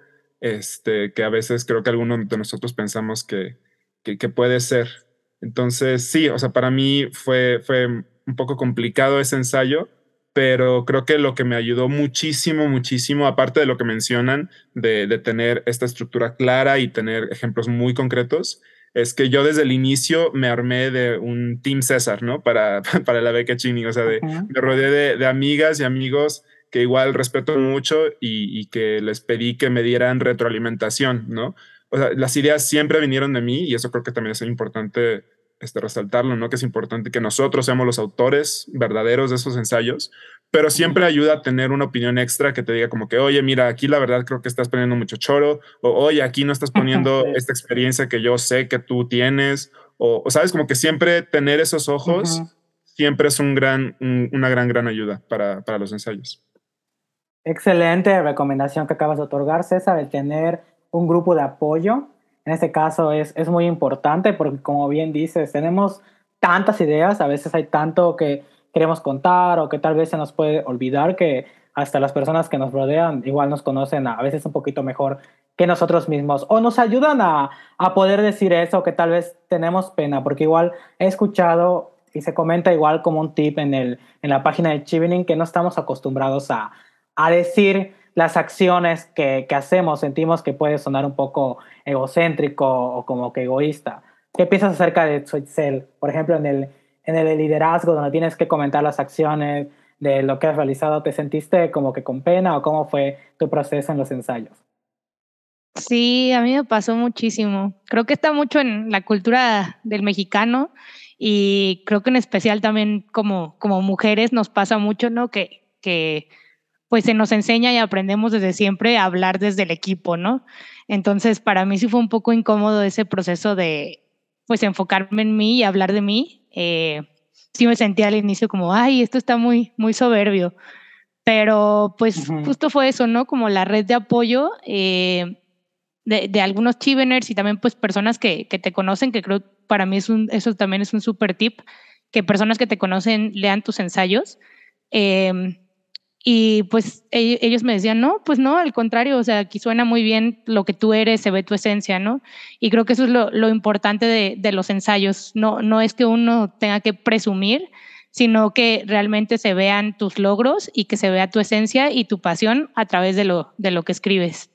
este, que a veces creo que algunos de nosotros pensamos que, que, que puede ser. Entonces, sí, o sea, para mí fue, fue un poco complicado ese ensayo, pero creo que lo que me ayudó muchísimo, muchísimo, aparte de lo que mencionan, de, de tener esta estructura clara y tener ejemplos muy concretos, es que yo desde el inicio me armé de un Team César, ¿no? Para, para la beca Chevening, o sea, de, uh-huh. me rodeé de, de amigas y amigos que igual respeto mucho y, y que les pedí que me dieran retroalimentación, ¿no? O sea, las ideas siempre vinieron de mí y eso creo que también es importante este, resaltarlo, ¿no? Que es importante que nosotros seamos los autores verdaderos de esos ensayos, pero siempre ayuda a tener una opinión extra que te diga como que, oye, mira, aquí la verdad creo que estás poniendo mucho choro, o oye, aquí no estás poniendo esta experiencia que yo sé que tú tienes, o, o sabes, como que siempre tener esos ojos, uh-huh. siempre es un gran, un, una gran, gran ayuda para, para los ensayos. Excelente recomendación que acabas de otorgar, César, el tener un grupo de apoyo. En este caso es, es muy importante porque, como bien dices, tenemos tantas ideas, a veces hay tanto que queremos contar o que tal vez se nos puede olvidar que hasta las personas que nos rodean igual nos conocen a veces un poquito mejor que nosotros mismos o nos ayudan a, a poder decir eso que tal vez tenemos pena, porque igual he escuchado y se comenta igual como un tip en, el, en la página de Chevening que no estamos acostumbrados a, a decir las acciones que, que hacemos, sentimos que puede sonar un poco egocéntrico o como que egoísta. ¿Qué piensas acerca de eso, Itzel? Por ejemplo, en el, en el liderazgo, donde tienes que comentar las acciones de lo que has realizado, ¿te sentiste como que con pena o cómo fue tu proceso en los ensayos? Sí, a mí me pasó muchísimo. Creo que está mucho en la cultura del mexicano y creo que en especial también como, como mujeres nos pasa mucho, ¿no? Que, que pues se nos enseña y aprendemos desde siempre a hablar desde el equipo, ¿no? Entonces, para mí sí fue un poco incómodo ese proceso de, pues, enfocarme en mí y hablar de mí. Eh, sí me sentía al inicio como, ay, esto está muy, muy soberbio. Pero, pues, uh-huh. justo fue eso, ¿no? Como la red de apoyo eh, de, de algunos Cheveners y también, pues, personas que, que te conocen, que creo para mí es un, eso también es un súper tip, que personas que te conocen lean tus ensayos. Eh, Y pues ellos me decían, no, pues no, al contrario, o sea, aquí suena muy bien lo que tú eres, se ve tu esencia, ¿no? Y creo que eso es lo, lo importante de, de los ensayos, no, no es que uno tenga que presumir, sino que realmente se vean tus logros y que se vea tu esencia y tu pasión a través de lo, de lo que escribes.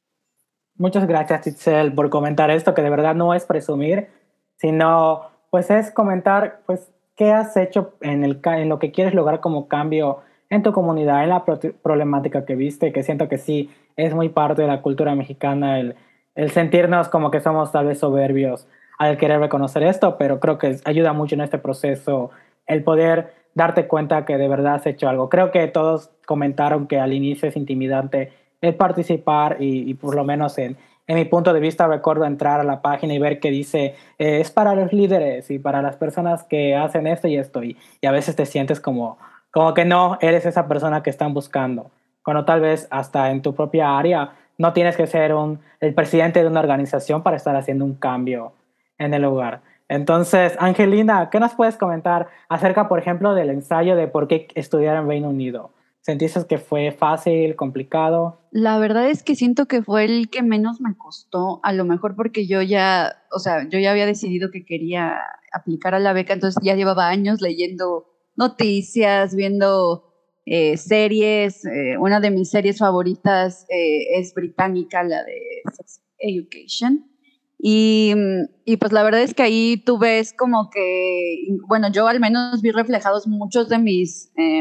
Muchas gracias, Itzel, por comentar esto, que de verdad no es presumir, sino pues es comentar, pues, qué has hecho en, el, en lo que quieres lograr como cambio en tu comunidad, en la pro- problemática que viste, que siento que sí es muy parte de la cultura mexicana, el, el sentirnos como que somos tal vez soberbios al querer reconocer esto, pero creo que ayuda mucho en este proceso el poder darte cuenta que de verdad has hecho algo. Creo que todos comentaron que al inicio es intimidante el participar y, y por lo menos en, en mi punto de vista recuerdo entrar a la página y ver que dice eh, es para los líderes y para las personas que hacen esto y esto y, y a veces te sientes como como que no eres esa persona que están buscando, cuando tal vez hasta en tu propia área no tienes que ser un, el presidente de una organización para estar haciendo un cambio en el lugar. Entonces, Angelina, ¿qué nos puedes comentar acerca, por ejemplo, del ensayo de por qué estudiar en Reino Unido? ¿Sentiste que fue fácil, complicado? La verdad es que siento que fue el que menos me costó, a lo mejor porque yo ya, o sea, yo ya había decidido que quería aplicar a la beca, entonces ya llevaba años leyendo noticias, viendo eh, series. Eh, una de mis series favoritas eh, es británica, la de Sex Education. Y, y pues la verdad es que ahí tú ves como que, bueno, yo al menos vi reflejados muchos de mis, eh,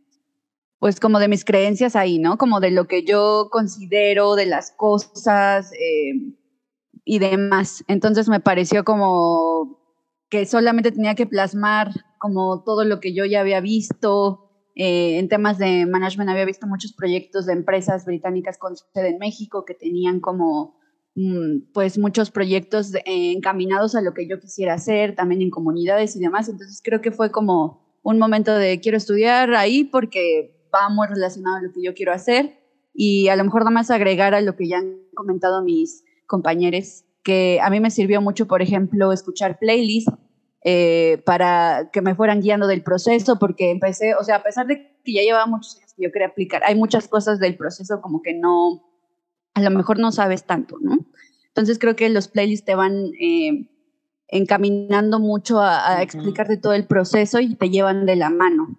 pues como de mis creencias ahí, ¿no? Como de lo que yo considero, de las cosas eh, y demás. Entonces me pareció como que solamente tenía que plasmar como todo lo que yo ya había visto. Eh, en temas de management había visto muchos proyectos de empresas británicas con sede en México que tenían como mm, pues muchos proyectos de, eh, encaminados a lo que yo quisiera hacer, también en comunidades y demás. Entonces creo que fue como un momento de quiero estudiar ahí porque va muy relacionado a lo que yo quiero hacer y a lo mejor nada más agregar a lo que ya han comentado mis compañeros, que a mí me sirvió mucho, por ejemplo, escuchar playlists eh, para que me fueran guiando del proceso, porque empecé, o sea, a pesar de que ya llevaba muchos años que yo quería aplicar, hay muchas cosas del proceso como que no, a lo mejor no sabes tanto, ¿no? Entonces creo que los playlists te van eh, encaminando mucho a, a explicarte todo el proceso y te llevan de la mano.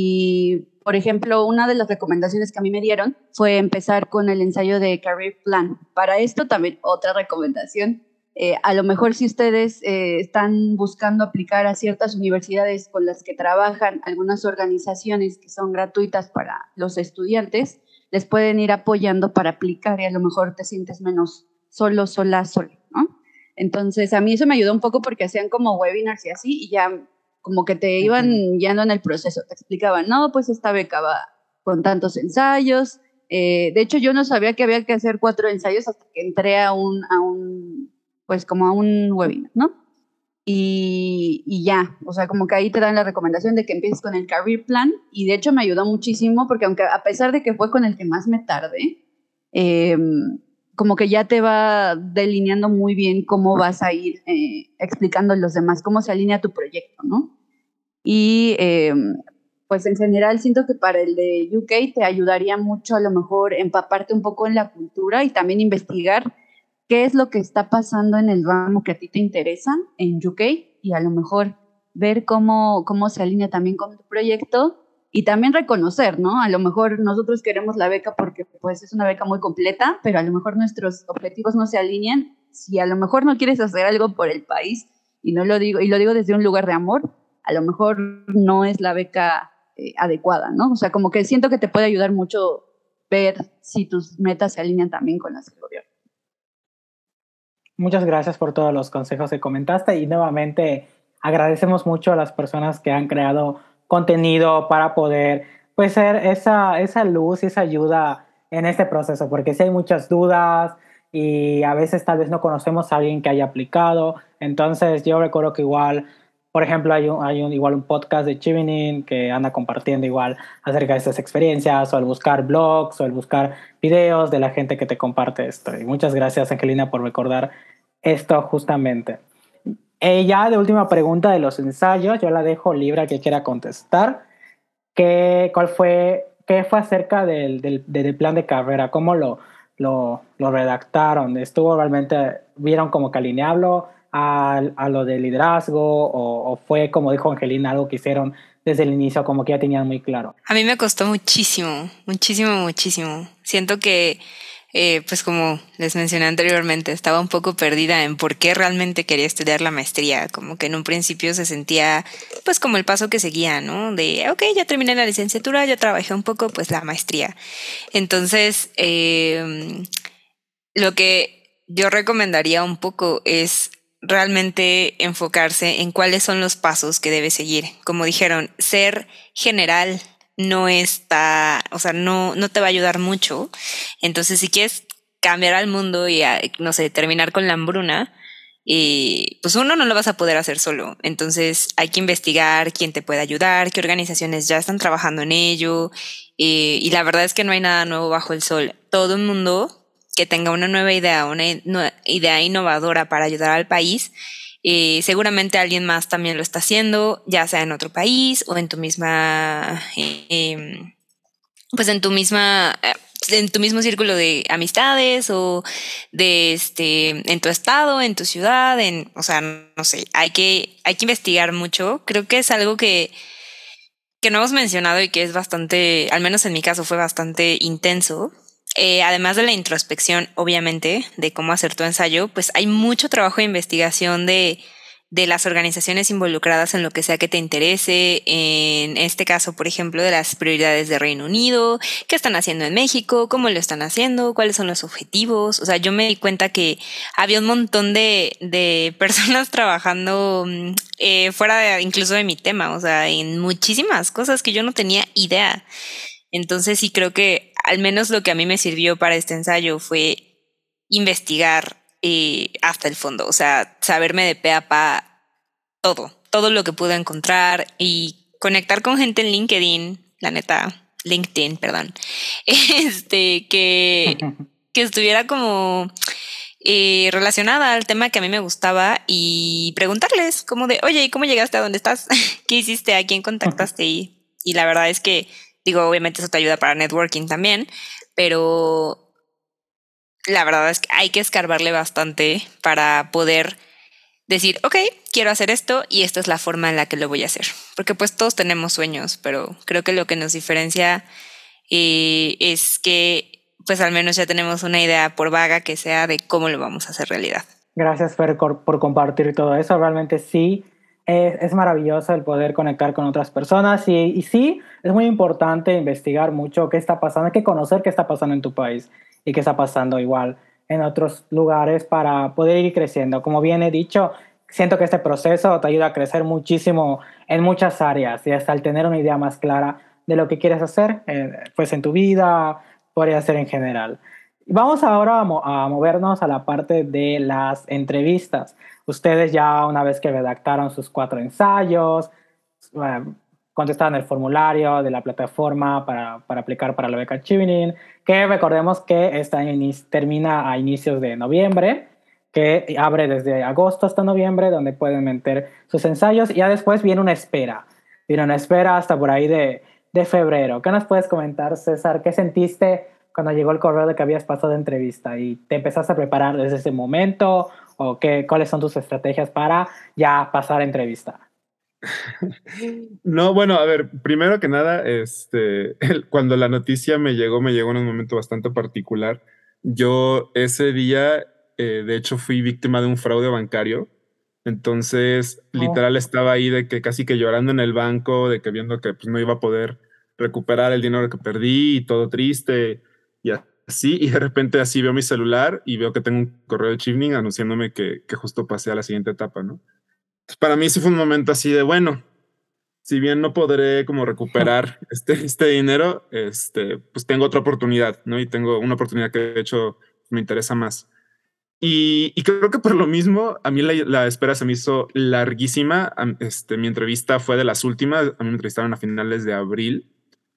Y, por ejemplo, una de las recomendaciones que a mí me dieron fue empezar con el ensayo de Career Plan. Para esto también otra recomendación. Eh, a lo mejor si ustedes eh, están buscando aplicar a ciertas universidades con las que trabajan algunas organizaciones que son gratuitas para los estudiantes, les pueden ir apoyando para aplicar y a lo mejor te sientes menos solo, sola, solo, ¿no? Entonces, a mí eso me ayudó un poco porque hacían como webinars y así, y ya como que te iban uh-huh. guiando en el proceso, te explicaban, no, pues esta beca va con tantos ensayos. Eh, de hecho, yo no sabía que había que hacer cuatro ensayos hasta que entré a un, a un, pues como a un webinar, ¿no? y, y ya, o sea, como que ahí te dan la recomendación de que empieces con el career plan y de hecho me ayudó muchísimo porque aunque a pesar de que fue con el que más me tardé, eh, como que ya te va delineando muy bien cómo vas a ir eh, explicando a los demás, cómo se alinea tu proyecto, ¿no? Y eh, pues en general siento que para el de U K te ayudaría mucho a lo mejor empaparte un poco en la cultura y también investigar qué es lo que está pasando en el ramo que a ti te interesa en U K y a lo mejor ver cómo, cómo se alinea también con tu proyecto y también reconocer, ¿no? A lo mejor nosotros queremos la beca porque pues es una beca muy completa, pero a lo mejor nuestros objetivos no se alinean. Si a lo mejor no quieres hacer algo por el país, y no lo digo, y lo digo desde un lugar de amor, a lo mejor no es la beca eh, adecuada, ¿no? O sea, como que siento que te puede ayudar mucho ver si tus metas se alinean también con las del gobierno. Muchas gracias por todos los consejos que comentaste y nuevamente agradecemos mucho a las personas que han creado contenido para poder pues ser esa, esa luz y esa ayuda en este proceso, porque sí hay muchas dudas y a veces tal vez no conocemos a alguien que haya aplicado. Entonces yo recuerdo que igual, por ejemplo, hay, un, hay un, igual un podcast de Chivinin que anda compartiendo igual acerca de estas experiencias, o el buscar blogs o el buscar videos de la gente que te comparte esto. Y muchas gracias, Angelina, por recordar esto justamente. Eh, ya de última pregunta de los ensayos, yo la dejo libre a que quiera contestar. ¿Qué, cuál fue, qué fue acerca del, del, del plan de carrera? ¿Cómo lo, lo, lo redactaron? ¿Estuvo realmente, vieron como que alinearlo a, a lo de liderazgo o, o fue, como dijo Angelina, algo que hicieron desde el inicio, como que ya tenían muy claro? A mí me costó muchísimo, muchísimo, muchísimo. Siento que Eh, pues como les mencioné anteriormente, estaba un poco perdida en por qué realmente quería estudiar la maestría, como que en un principio se sentía pues como el paso que seguía, ¿no? De, ok, ya terminé la licenciatura, ya trabajé un poco, pues la maestría. Entonces, eh, lo que yo recomendaría un poco es realmente enfocarse en cuáles son los pasos que debe seguir. Como dijeron, ser general no está, o sea, no, no te va a ayudar mucho. Entonces, si quieres cambiar al mundo y, a, no sé, terminar con la hambruna, eh, pues uno no lo vas a poder hacer solo. Entonces, hay que investigar quién te puede ayudar, qué organizaciones ya están trabajando en ello. Eh, y la verdad es que no hay nada nuevo bajo el sol. Todo el mundo que tenga una nueva idea, una idea innovadora para ayudar al país, Eh, seguramente alguien más también lo está haciendo, ya sea en otro país o en tu misma, eh, pues en tu misma, en tu mismo círculo de amistades o de este, en tu estado, en tu ciudad, en, o sea, no sé, hay que, hay que investigar mucho. Creo que es algo que, que no hemos mencionado y que es bastante, al menos en mi caso fue bastante intenso. Eh, además de la introspección, obviamente, de cómo hacer tu ensayo, pues hay mucho trabajo de investigación de, de las organizaciones involucradas en lo que sea que te interese. En este caso, por ejemplo, de las prioridades de Reino Unido, qué están haciendo en México, cómo lo están haciendo, cuáles son los objetivos. O sea, yo me di cuenta que había un montón de, de personas trabajando eh, fuera de, incluso de mi tema, o sea, en muchísimas cosas que yo no tenía idea. Entonces sí creo que al menos lo que a mí me sirvió para este ensayo fue investigar eh, hasta el fondo, o sea, saberme de pe a pa todo, todo lo que pude encontrar y conectar con gente en LinkedIn, la neta, LinkedIn, perdón, este, que, que estuviera como eh, relacionada al tema que a mí me gustaba y preguntarles como de, oye, ¿y cómo llegaste a dónde estás? ¿Qué hiciste? ¿A quién contactaste? Y, y la verdad es que digo, obviamente eso te ayuda para networking también, pero la verdad es que hay que escarbarle bastante para poder decir, ok, quiero hacer esto y esta es la forma en la que lo voy a hacer. Porque pues todos tenemos sueños, pero creo que lo que nos diferencia eh, es que pues al menos ya tenemos una idea por vaga que sea de cómo lo vamos a hacer realidad. Gracias, Fer, por compartir todo eso. Realmente sí. Es, es maravilloso el poder conectar con otras personas y, y sí, es muy importante investigar mucho qué está pasando, hay que conocer qué está pasando en tu país y qué está pasando igual en otros lugares para poder ir creciendo. Como bien he dicho, siento que este proceso te ayuda a crecer muchísimo en muchas áreas y hasta al tener una idea más clara de lo que quieres hacer, eh, pues en tu vida, podría ser en general. Vamos ahora a, mo a movernos a la parte de las entrevistas. Ustedes ya una vez que redactaron sus cuatro ensayos, bueno, contestaron el formulario de la plataforma para, para aplicar para la beca Chevening, que recordemos que esta termina a inicios de noviembre, que abre desde agosto hasta noviembre, donde pueden meter sus ensayos, y ya después viene una espera, viene una espera hasta por ahí de, de febrero. ¿Qué nos puedes comentar, César? ¿Qué sentiste cuando llegó el correo de que habías pasado de entrevista y te empezaste a preparar desde ese momento? ¿O qué, cuáles son tus estrategias para ya pasar a entrevista? No, bueno, a ver, primero que nada, este, el, cuando la noticia me llegó, me llegó en un momento bastante particular. Yo ese día, eh, de hecho, fui víctima de un fraude bancario. Entonces, oh. literal, estaba ahí de que casi que llorando en el banco, de que viendo que pues, no iba a poder recuperar el dinero que perdí y todo triste y así. Y de repente así veo mi celular y veo que tengo un correo de Chevening anunciándome que, que justo pasé a la siguiente etapa, ¿no? Para mí sí fue un momento así de, bueno, si bien no podré como recuperar este, este dinero, este, pues tengo otra oportunidad, ¿no? Y tengo una oportunidad que de hecho me interesa más. Y, y creo que por lo mismo, a mí la, la espera se me hizo larguísima. Este, mi entrevista fue de las últimas, a mí me entrevistaron a finales de abril.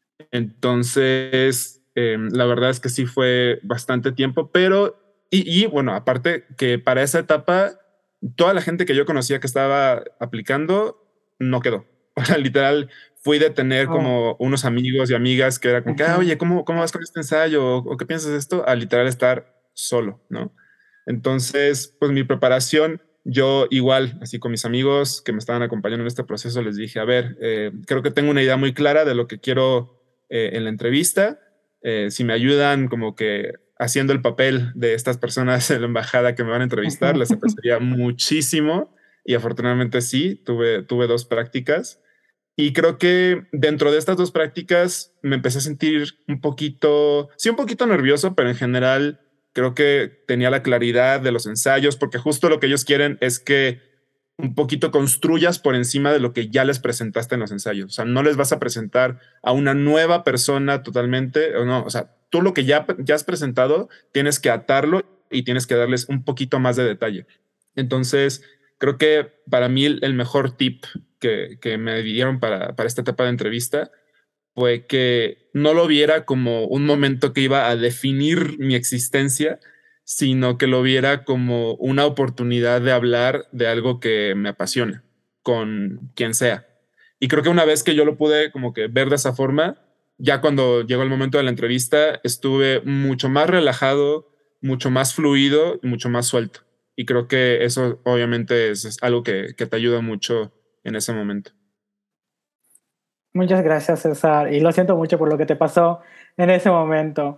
Entonces, eh, la verdad es que sí fue bastante tiempo, pero, y, y bueno, aparte que para esa etapa, toda la gente que yo conocía que estaba aplicando no quedó. O sea, literal, fui de tener oh. como unos amigos y amigas que era como que, ah, oye, ¿cómo, ¿cómo vas con este ensayo? ¿O, o qué piensas de esto? A literal estar solo, ¿no? Entonces, pues mi preparación, yo igual, así con mis amigos que me estaban acompañando en este proceso, les dije, a ver, eh, creo que tengo una idea muy clara de lo que quiero eh, en la entrevista. Eh, si me ayudan como que haciendo el papel de estas personas en la embajada que me van a entrevistar, les apreciaría muchísimo. Y afortunadamente sí, tuve, tuve dos prácticas. Y creo que dentro de estas dos prácticas me empecé a sentir un poquito, sí, un poquito nervioso, pero en general creo que tenía la claridad de los ensayos, porque justo lo que ellos quieren es que un poquito construyas por encima de lo que ya les presentaste en los ensayos. O sea, no les vas a presentar a una nueva persona totalmente, o no, o sea, tú lo que ya, ya has presentado tienes que atarlo y tienes que darles un poquito más de detalle. Entonces, creo que para mí el, el mejor tip que, que me dieron para, para esta etapa de entrevista fue que no lo viera como un momento que iba a definir mi existencia, sino que lo viera como una oportunidad de hablar de algo que me apasiona, con quien sea. Y creo que una vez que yo lo pude como que ver de esa forma, ya cuando llegó el momento de la entrevista, estuve mucho más relajado, mucho más fluido y mucho más suelto. Y creo que eso obviamente es, es algo que, que te ayuda mucho en ese momento. Muchas gracias, César. Y lo siento mucho por lo que te pasó en ese momento.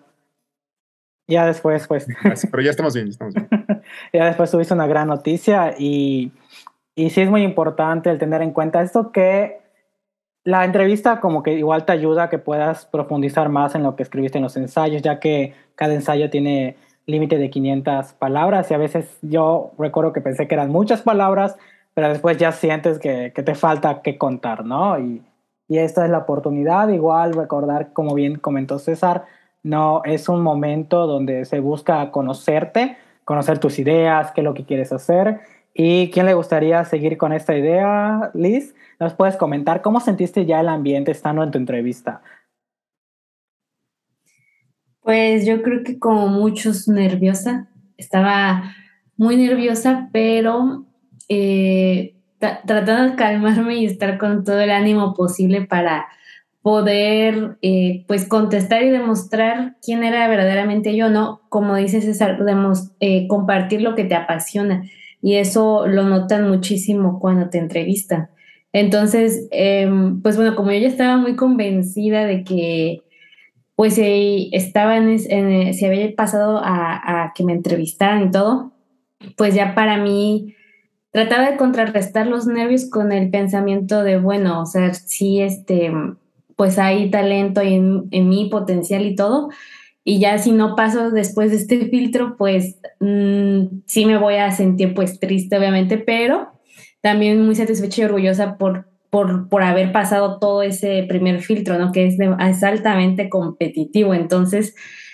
Ya después, pues... Gracias, pero ya estamos bien, ya estamos bien. Ya después tuviste una gran noticia y, y sí es muy importante el tener en cuenta esto, que la entrevista como que igual te ayuda a que puedas profundizar más en lo que escribiste en los ensayos, ya que cada ensayo tiene límite de quinientas palabras y a veces yo recuerdo que pensé que eran muchas palabras, pero después ya sientes que, que te falta qué contar, ¿no? Y, y esta es la oportunidad, igual recordar, como bien comentó César, no es un momento donde se busca conocerte, conocer tus ideas, qué es lo que quieres hacer. ¿Y quién le gustaría seguir con esta idea, Liz? ¿Nos puedes comentar cómo sentiste ya el ambiente estando en tu entrevista? Pues yo creo que como muchos nerviosa, estaba muy nerviosa, pero eh, tra- tratando de calmarme y estar con todo el ánimo posible para poder eh, pues contestar y demostrar quién era verdaderamente yo, ¿no? Como dice César, demos, eh, compartir lo que te apasiona y eso lo notan muchísimo cuando te entrevistan. Entonces, eh, pues bueno, como yo ya estaba muy convencida de que pues eh, estaba en, en, se había pasado a, a que me entrevistaran y todo, pues ya para mí trataba de contrarrestar los nervios con el pensamiento de, bueno, o sea, sí, este, pues hay talento en, en mí, potencial y todo, y ya si no paso después de este filtro, pues mmm, sí me voy a sentir pues triste, obviamente, pero también muy satisfecha y orgullosa por Por, por haber pasado todo ese primer filtro, ¿no? Que es, de, es altamente competitivo. Entonces,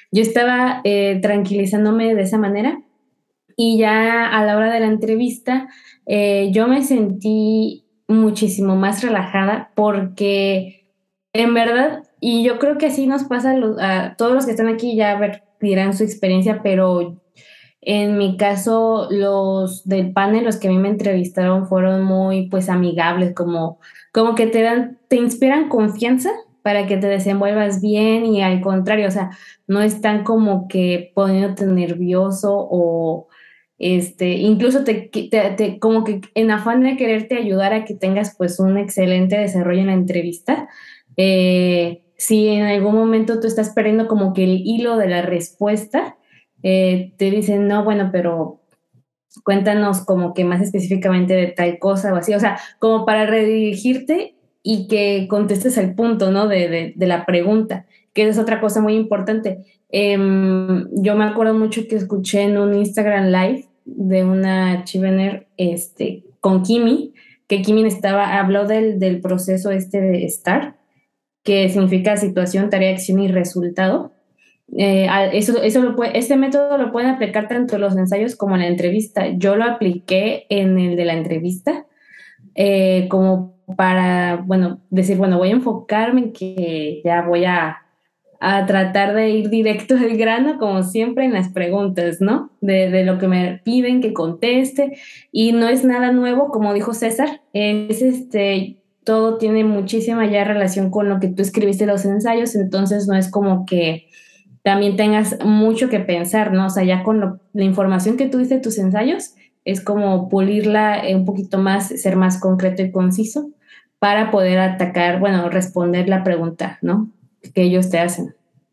yo estaba eh, tranquilizándome de esa manera y ya a la hora de la entrevista eh, yo me sentí muchísimo más relajada porque en verdad, y yo creo que así nos pasa a, los, a todos los que están aquí, ya a ver, dirán su experiencia, pero en mi caso, los del panel, los que a mí me entrevistaron, fueron muy, pues, amigables, como, como que te dan, te inspiran confianza para que te desenvuelvas bien y al contrario, o sea, no están como que poniéndote nervioso o, este, incluso te, te, te- como que en afán de quererte ayudar a que tengas, pues, un excelente desarrollo en la entrevista. Eh, si en algún momento tú estás perdiendo como que el hilo de la respuesta, eh, te dicen, no, bueno, pero cuéntanos como que más específicamente de tal cosa o así, o sea, como para redirigirte y que contestes el punto, ¿no? De, de, de la pregunta, que es otra cosa muy importante. Eh, yo me acuerdo mucho que escuché en un Instagram Live de una chivener este, con Kimi, que Kimi estaba, habló del, del proceso este de STAR, que significa situación, tarea, acción y resultado. Eh, eso, eso lo puede, este método lo pueden aplicar tanto en los ensayos como en la entrevista. Yo lo apliqué en el de la entrevista eh, como para, bueno, decir, bueno, voy a enfocarme en que ya voy a, a tratar de ir directo al grano, como siempre en las preguntas, ¿no? De, de lo que me piden que conteste. Y no es nada nuevo, como dijo César, es este, todo tiene muchísima ya relación con lo que tú escribiste en los ensayos, entonces no es como que también tengas mucho que pensar, ¿no? O sea, ya con lo, la información que tuviste de tus ensayos, es como pulirla eh, un poquito más, ser más concreto y conciso para poder atacar, bueno, responder la pregunta, ¿no? Que ellos te hacen.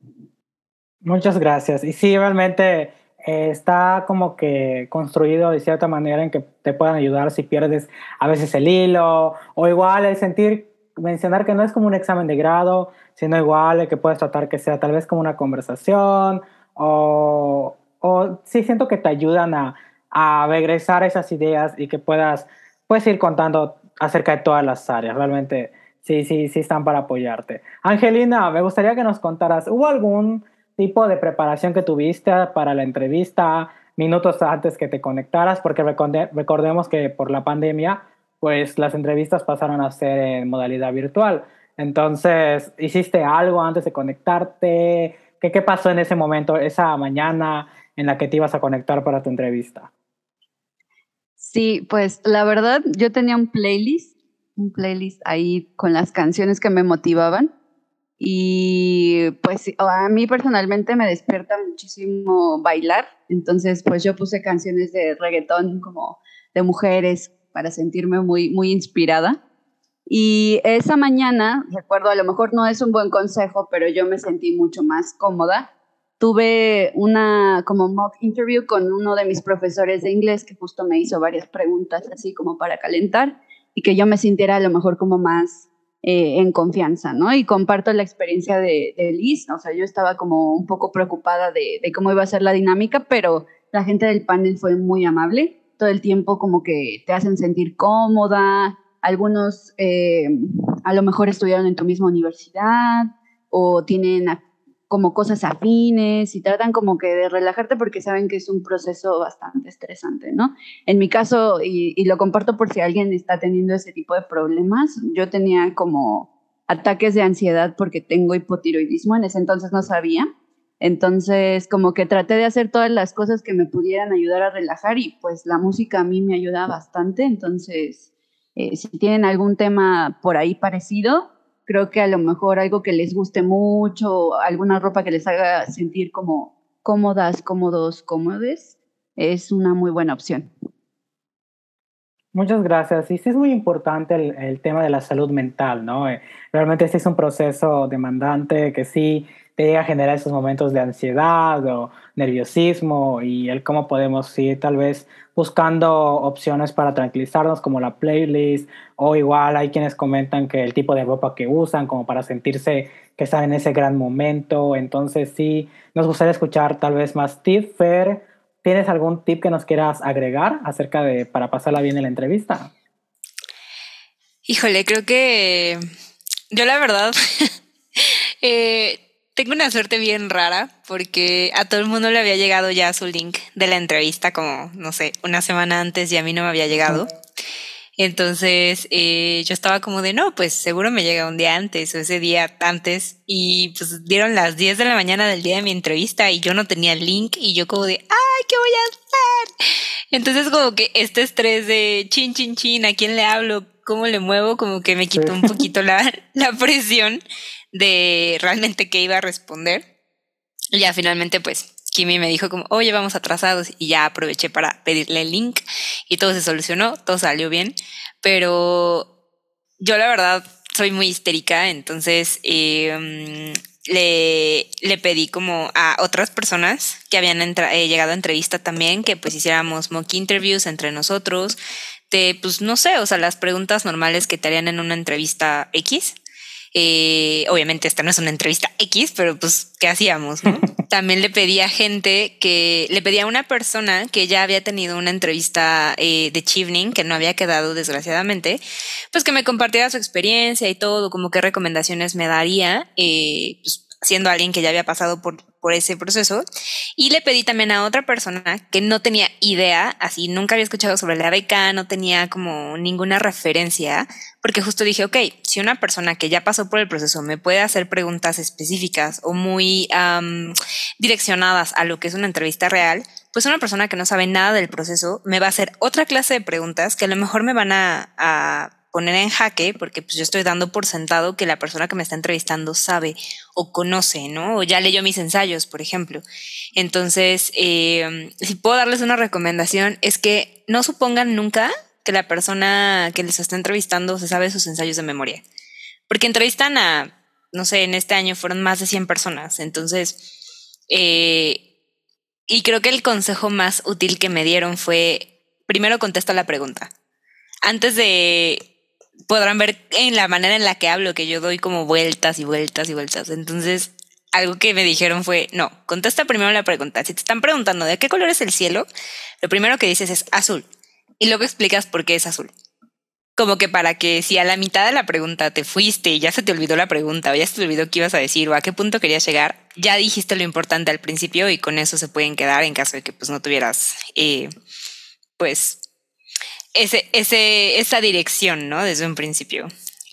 Muchas gracias. Y sí, realmente eh, está como que construido de cierta manera en que te puedan ayudar si pierdes a veces el hilo, o igual el sentir, mencionar que no es como un examen de grado, sino igual el que puedes tratar que sea tal vez como una conversación, o, o sí siento que te ayudan a, a regresar a esas ideas y que puedas pues, ir contando acerca de todas las áreas. Realmente sí, sí, sí están para apoyarte. Angelina, me gustaría que nos contaras, ¿hubo algún tipo de preparación que tuviste para la entrevista minutos antes que te conectaras? Porque recorde, recordemos que por la pandemia, pues las entrevistas pasaron a ser en modalidad virtual. Entonces, ¿hiciste algo antes de conectarte? ¿Qué, qué pasó en ese momento, esa mañana en la que te ibas a conectar para tu entrevista? Sí, pues la verdad, yo tenía un playlist, un playlist ahí con las canciones que me motivaban. Y pues a mí personalmente me despierta muchísimo bailar, entonces pues yo puse canciones de reggaetón como de mujeres para sentirme muy, muy inspirada. Y esa mañana, recuerdo, a lo mejor no es un buen consejo, pero yo me sentí mucho más cómoda. Tuve una como mock interview con uno de mis profesores de inglés que justo me hizo varias preguntas así como para calentar y que yo me sintiera a lo mejor como más eh, en confianza, ¿no? Y comparto la experiencia de, de Liz, o sea, yo estaba como un poco preocupada de, de cómo iba a ser la dinámica, pero la gente del panel fue muy amable, todo el tiempo como que te hacen sentir cómoda, algunos eh, a lo mejor estudiaron en tu misma universidad o tienen como cosas afines y tratan como que de relajarte porque saben que es un proceso bastante estresante, ¿no? En mi caso, y, y lo comparto por si alguien está teniendo ese tipo de problemas, yo tenía como ataques de ansiedad porque tengo hipotiroidismo, en ese entonces no sabía, entonces como que traté de hacer todas las cosas que me pudieran ayudar a relajar y pues la música a mí me ayuda bastante, entonces eh, si tienen algún tema por ahí parecido, creo que a lo mejor algo que les guste mucho, alguna ropa que les haga sentir como cómodas, cómodos, cómodes, es una muy buena opción. Muchas gracias. Y sí es muy importante el, el tema de la salud mental, ¿no? Eh, realmente este es un proceso demandante que sí te llega a generar esos momentos de ansiedad o nerviosismo y el cómo podemos ir tal vez buscando opciones para tranquilizarnos como la playlist o igual hay quienes comentan que el tipo de ropa que usan como para sentirse que están en ese gran momento. Entonces sí, nos gustaría escuchar tal vez más tips, Fer. ¿Tienes algún tip que nos quieras agregar acerca de para pasarla bien en la entrevista? Híjole, creo que yo la verdad, eh, tengo una suerte bien rara porque a todo el mundo le había llegado ya su link de la entrevista como, no sé, una semana antes y a mí no me había llegado. Entonces eh, yo estaba como de, no, pues seguro me llega un día antes o ese día antes y pues dieron las diez de la mañana del día de mi entrevista y yo no tenía el link y yo como de, ay, ¿qué voy a hacer? Entonces como que este estrés de chin, chin, chin, ¿a quién le hablo? ¿Cómo le muevo? Como que me quitó un poquito la, la presión de realmente qué iba a responder. Y ya finalmente pues Kimi me dijo como, oye, vamos atrasados, y ya aproveché para pedirle el link y todo se solucionó, todo salió bien, pero yo la verdad soy muy histérica, entonces eh, le, le pedí como a otras personas que habían entra- eh, llegado a entrevista también, que pues hiciéramos mock interviews entre nosotros, de pues no sé, o sea, las preguntas normales que te harían en una entrevista X. Eh, obviamente esta no es una entrevista X, pero pues, ¿qué hacíamos, no? También le pedí a gente que, le pedí a una persona que ya había tenido una entrevista eh, de Chevening, que no había quedado desgraciadamente, pues que me compartiera su experiencia y todo, como qué recomendaciones me daría, eh, pues siendo alguien que ya había pasado por, por ese proceso. Y le pedí también a otra persona que no tenía idea, así nunca había escuchado sobre la beca, no tenía como ninguna referencia, porque justo dije, ok, si una persona que ya pasó por el proceso me puede hacer preguntas específicas o muy um, direccionadas a lo que es una entrevista real, pues una persona que no sabe nada del proceso me va a hacer otra clase de preguntas que a lo mejor me van a, a poner en jaque, porque pues yo estoy dando por sentado que la persona que me está entrevistando sabe o conoce, ¿no? O ya leyó mis ensayos, por ejemplo. Entonces, eh, si puedo darles una recomendación, es que no supongan nunca que la persona que les está entrevistando se sabe sus ensayos de memoria. Porque entrevistan a, no sé, en este año fueron más de cien personas. Entonces, eh, y creo que el consejo más útil que me dieron fue, primero contesta la pregunta. Antes de... podrán ver en la manera en la que hablo que yo doy como vueltas y vueltas y vueltas. Entonces, algo que me dijeron fue, no, contesta primero la pregunta. Si te están preguntando de qué color es el cielo, lo primero que dices es azul. Y luego explicas por qué es azul. Como que para que si a la mitad de la pregunta te fuiste y ya se te olvidó la pregunta o ya se te olvidó qué ibas a decir o a qué punto querías llegar, ya dijiste lo importante al principio y con eso se pueden quedar en caso de que pues no tuvieras, eh, pues... Ese, ese, esa dirección, ¿no? Desde un principio.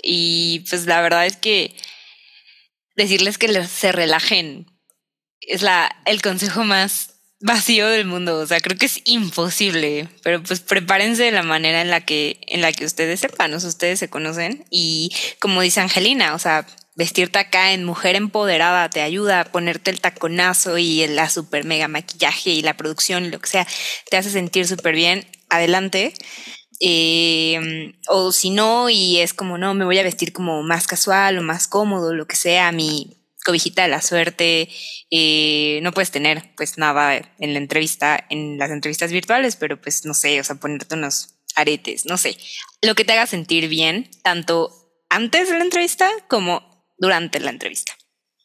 Y pues la verdad es que decirles que se relajen es la, el consejo más vacío del mundo. O sea, creo que es imposible, pero pues prepárense de la manera en la que, en la que ustedes sepan, o sea, ustedes se conocen. Y como dice Angelina, o sea, vestirte acá en mujer empoderada te ayuda a ponerte el taconazo y la super mega maquillaje y la producción y lo que sea, te hace sentir súper bien. Adelante. Eh, o si no, y es como, no, me voy a vestir como más casual o más cómodo, lo que sea, mi cobijita de la suerte. Eh, no puedes tener pues nada en la entrevista, en las entrevistas virtuales, pero pues no sé, o sea, ponerte unos aretes, no sé, lo que te haga sentir bien, tanto antes de la entrevista como durante la entrevista.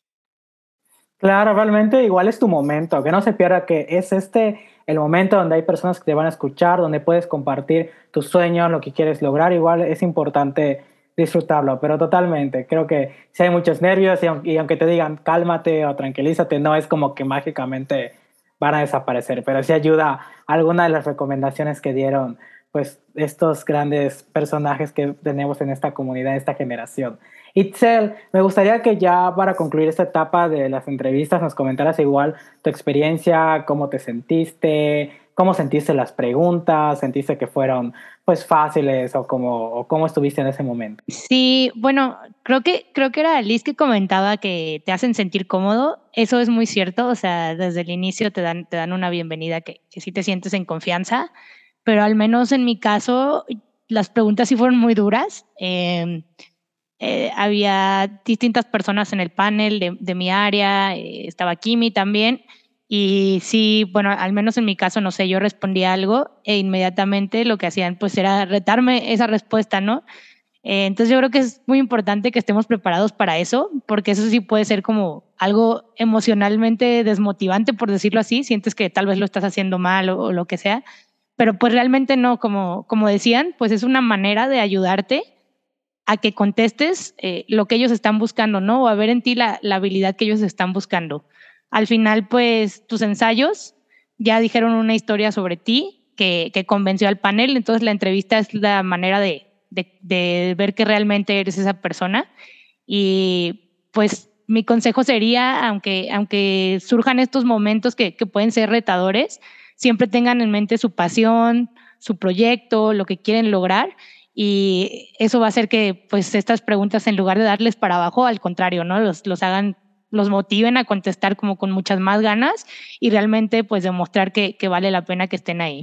Claro, realmente igual es tu momento, que no se pierda que es este el momento donde hay personas que te van a escuchar, donde puedes compartir tus sueños, lo que quieres lograr, igual es importante disfrutarlo, pero totalmente, creo que si hay muchos nervios y, y aunque te digan cálmate o tranquilízate, no es como que mágicamente van a desaparecer, pero sí ayuda alguna de las recomendaciones que dieron pues estos grandes personajes que tenemos en esta comunidad, en esta generación. Itzel, me gustaría que ya para concluir esta etapa de las entrevistas nos comentaras igual tu experiencia, cómo te sentiste, cómo sentiste las preguntas, sentiste que fueron pues fáciles o cómo, o cómo estuviste en ese momento. Sí, bueno, creo que, creo que era Liz que comentaba que te hacen sentir cómodo. Eso es muy cierto, o sea, desde el inicio te dan, te dan una bienvenida que, que sí te sientes en confianza, pero al menos en mi caso las preguntas sí fueron muy duras. Eh, Eh, había distintas personas en el panel de, de mi área, eh, estaba Kimi también, y sí, bueno, al menos en mi caso, no sé, yo respondí algo e inmediatamente lo que hacían pues era retarme esa respuesta, ¿no? Eh, entonces yo creo que es muy importante que estemos preparados para eso, porque eso sí puede ser como algo emocionalmente desmotivante, por decirlo así, sientes que tal vez lo estás haciendo mal o, o lo que sea, pero pues realmente no, como, como decían, pues es una manera de ayudarte a que contestes eh, lo que ellos están buscando, ¿no? O a ver en ti la, la habilidad que ellos están buscando. Al final, pues, tus ensayos ya dijeron una historia sobre ti que, que convenció al panel, entonces la entrevista es la manera de, de, de ver que realmente eres esa persona. Y pues mi consejo sería, aunque, aunque surjan estos momentos que, que pueden ser retadores, siempre tengan en mente su pasión, su proyecto, lo que quieren lograr, y eso va a hacer que pues estas preguntas, en lugar de darles para abajo, al contrario, ¿no? Los, los hagan, los motiven a contestar como con muchas más ganas y realmente pues demostrar que, que vale la pena que estén ahí.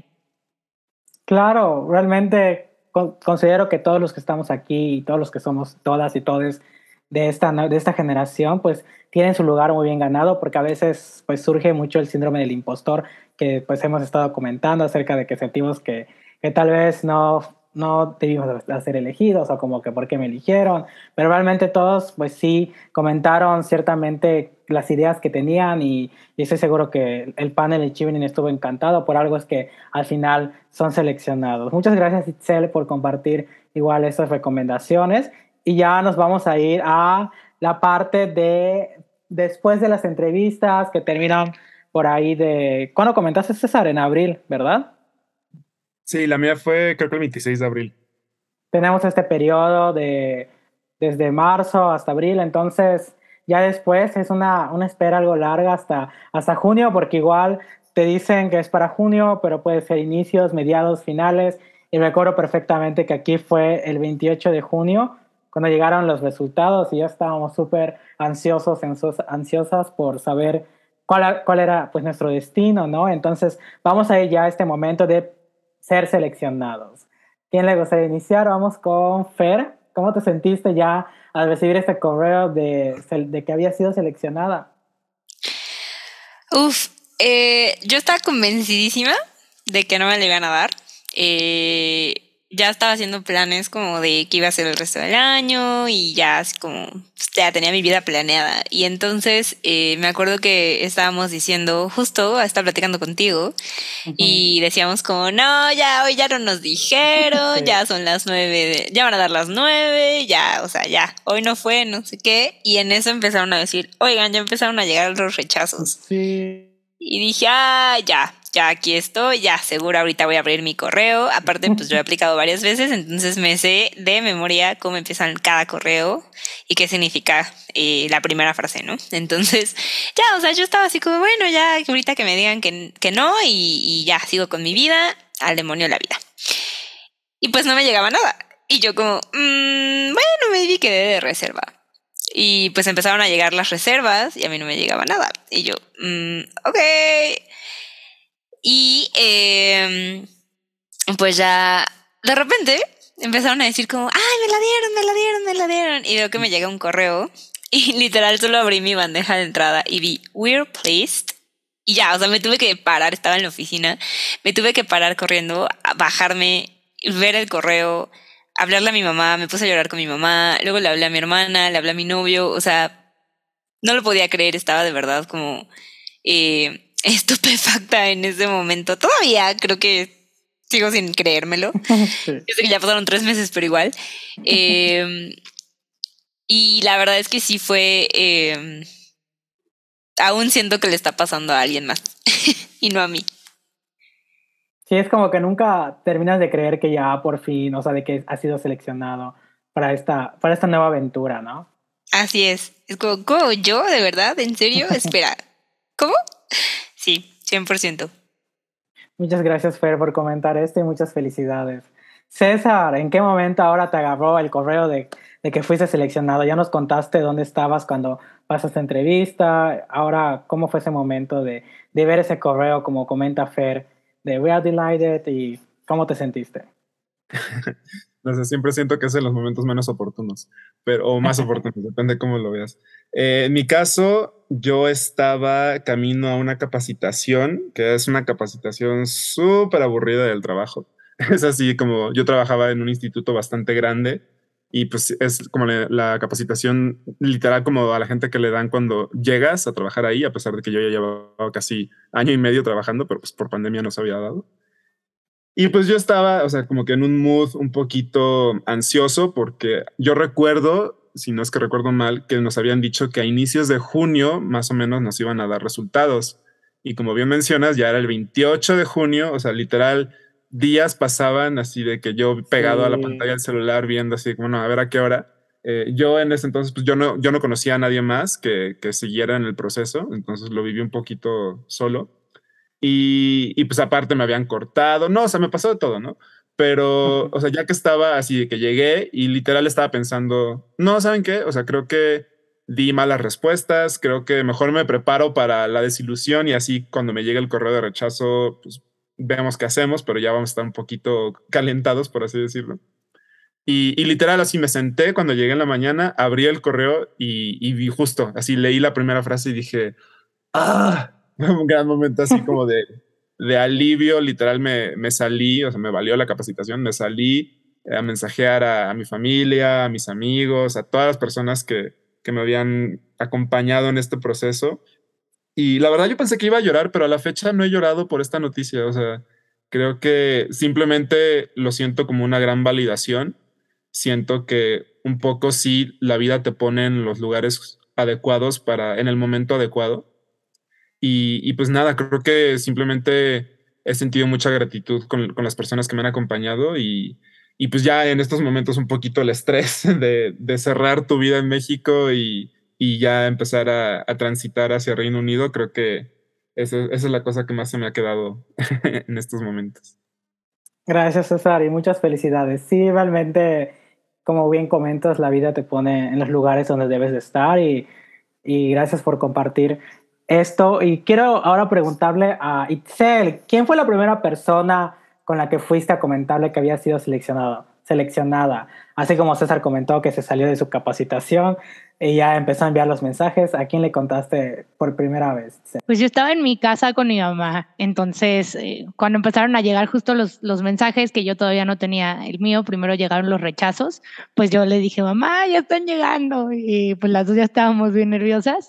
Claro, realmente con- considero que todos los que estamos aquí y todos los que somos todas y todes de esta, no- de esta generación, pues tienen su lugar muy bien ganado, porque a veces pues surge mucho el síndrome del impostor, que pues hemos estado comentando acerca de que sentimos que, que tal vez no, no debimos de ser elegidos, o como que por qué me eligieron, pero realmente todos pues sí comentaron ciertamente las ideas que tenían, y, y estoy seguro que el panel de Chivening estuvo encantado. Por algo es que al final son seleccionados. Muchas gracias, Itzel, por compartir igual estas recomendaciones. Y ya nos vamos a ir a la parte de después de las entrevistas que terminan por ahí de... ¿Cuándo comentaste, César? En abril, ¿verdad? Sí, la mía fue creo que el veintiséis de abril. Tenemos este periodo de desde marzo hasta abril, entonces ya después es una, una espera algo larga hasta, hasta junio, porque igual te dicen que es para junio, pero puede ser inicios, mediados, finales. Y recuerdo perfectamente que aquí fue el veintiocho de junio cuando llegaron los resultados, y ya estábamos súper ansiosos, ansiosas por saber cuál, cuál era pues nuestro destino, ¿no? Entonces vamos a ir ya a este momento de ser seleccionados. ¿Quién le gustaría iniciar? Vamos con Fer. ¿Cómo te sentiste ya al recibir este correo de, de que había sido seleccionada? Uf, eh, yo estaba convencidísima de que no me lo iban a dar. Eh, ya estaba haciendo planes como de qué iba a ser el resto del año, y ya así como pues, ya tenía mi vida planeada. Y entonces eh, me acuerdo que estábamos diciendo, justo estaba platicando contigo, uh-huh. Y decíamos como, no, ya hoy ya no nos dijeron, sí. Ya son las nueve, de, ya van a dar las nueve, ya, o sea, ya, hoy no fue, no sé qué. Y en eso empezaron a decir, oigan, ya empezaron a llegar los rechazos. Sí. Y dije, ah, ya, ya aquí estoy, ya seguro ahorita voy a abrir mi correo. Aparte, pues yo he aplicado varias veces, entonces me sé de memoria cómo empiezan cada correo y qué significa eh, la primera frase, ¿no? Entonces, ya, o sea, yo estaba así como, bueno, ya ahorita que me digan que, que no, y, y ya sigo con mi vida, al demonio la vida. Y pues no me llegaba nada. Y yo como, mmm, bueno, maybe quedé de reserva. Y pues empezaron a llegar las reservas y a mí no me llegaba nada. Y yo, mmm, ok. Y eh, pues ya de repente empezaron a decir como, ay, me la dieron, me la dieron, me la dieron. Y veo que me llega un correo y literal solo abrí mi bandeja de entrada y vi, we're pleased. Y ya, o sea, me tuve que parar, estaba en la oficina, me tuve que parar corriendo, a bajarme, ver el correo, hablarle a mi mamá, me puse a llorar con mi mamá, luego le hablé a mi hermana, le hablé a mi novio, o sea, no lo podía creer, estaba de verdad como eh, estupefacta en ese momento. Todavía creo que sigo sin creérmelo. Sí. Yo sé que ya pasaron tres meses, pero igual. Eh, y la verdad es que sí fue... Eh, aún siento que le está pasando a alguien más y no a mí. Sí, es como que nunca terminas de creer que ya por fin, o sea, de que has sido seleccionado para esta, para esta nueva aventura, ¿no? Así es. Es como, ¿cómo? ¿Yo? ¿De verdad? ¿En serio? Espera. ¿Cómo? Sí, cien por ciento. Muchas gracias, Fer, por comentar esto, y muchas felicidades. César, ¿en qué momento ahora te agarró el correo de, de que fuiste seleccionado? Ya nos contaste dónde estabas cuando pasaste entrevista. Ahora, ¿cómo fue ese momento de, de ver ese correo, como comenta Fer, de We are delighted, y cómo te sentiste? No sé, siempre siento que es en los momentos menos oportunos, pero, o más oportunos, depende de cómo lo veas. Eh, en mi caso, yo estaba camino a una capacitación, que es una capacitación súper aburrida del trabajo. Es así como yo trabajaba en un instituto bastante grande, y pues es como la, la capacitación literal como a la gente que le dan cuando llegas a trabajar ahí, a pesar de que yo ya llevaba casi año y medio trabajando, pero pues por pandemia no se había dado. Y pues yo estaba, o sea, como que en un mood un poquito ansioso porque yo recuerdo, si no es que recuerdo mal, que nos habían dicho que a inicios de junio más o menos nos iban a dar resultados. Y como bien mencionas, ya era el veintiocho de junio, o sea, literal, días pasaban así de que yo pegado sí. a la pantalla del celular viendo así, bueno, a ver a qué hora. Eh, yo en ese entonces, pues yo no, yo no conocía a nadie más que, que siguiera en el proceso, entonces lo viví un poquito solo. Y, y pues aparte me habían cortado, no, o sea, me pasó de todo, ¿no? Pero, o sea, ya que estaba así de que llegué y literal estaba pensando, no, ¿saben qué? O sea, creo que di malas respuestas, creo que mejor me preparo para la desilusión y así cuando me llegue el correo de rechazo, pues vemos qué hacemos, pero ya vamos a estar un poquito calentados, por así decirlo. Y, y literal así me senté cuando llegué en la mañana, abrí el correo y, y vi justo, así leí la primera frase y dije, ¡ah! Un gran momento así como de, de alivio, literal me, me salí, o sea, me valió la capacitación, me salí a mensajear a, a mi familia, a mis amigos, a todas las personas que, que me habían acompañado en este proceso. Y la verdad yo pensé que iba a llorar, pero a la fecha no he llorado por esta noticia, o sea, creo que simplemente lo siento como una gran validación. Siento que un poco sí la vida te pone en los lugares adecuados para, en el momento adecuado. Y, y pues nada, creo que simplemente he sentido mucha gratitud con, con las personas que me han acompañado y, y pues ya en estos momentos un poquito el estrés de, de cerrar tu vida en México y, y ya empezar a, a transitar hacia Reino Unido, creo que eso, esa es la cosa que más se me ha quedado en estos momentos. Gracias, César, y muchas felicidades. Sí, realmente, como bien comentas, la vida te pone en los lugares donde debes de estar y, y gracias por compartir esto. Y quiero ahora preguntarle a Itzel, ¿quién fue la primera persona con la que fuiste a comentarle que había sido seleccionado, seleccionada? Así como César comentó que se salió de su capacitación y ya empezó a enviar los mensajes, ¿a quién le contaste por primera vez? Pues yo estaba en mi casa con mi mamá, entonces eh, cuando empezaron a llegar justo los, los mensajes, que yo todavía no tenía el mío, primero llegaron los rechazos, pues yo le dije, mamá, ya están llegando, y pues las dos ya estábamos bien nerviosas.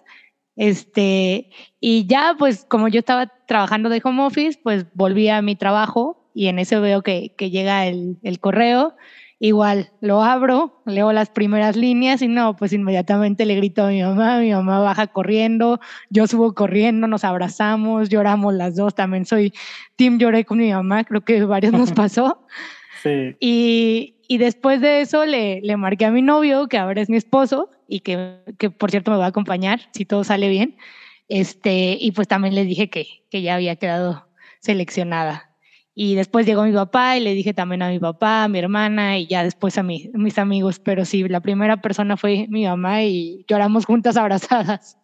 Este, y ya, pues como yo estaba trabajando de home office, pues volví a mi trabajo y en eso veo que, que llega el, el correo. Igual lo abro, leo las primeras líneas y no, pues inmediatamente le grito a mi mamá, mi mamá baja corriendo, yo subo corriendo, nos abrazamos, lloramos las dos, también soy team lloré con mi mamá, creo que varios nos pasó. Sí. Y, y después de eso le, le marqué a mi novio, que ahora es mi esposo y que, que por cierto me va a acompañar si todo sale bien, este, y pues también le dije que, que ya había quedado seleccionada. Y después llegó mi papá y le dije también a mi papá, a mi hermana y ya después a, mi, a mis amigos. Pero sí, la primera persona fue mi mamá y lloramos juntas abrazadas.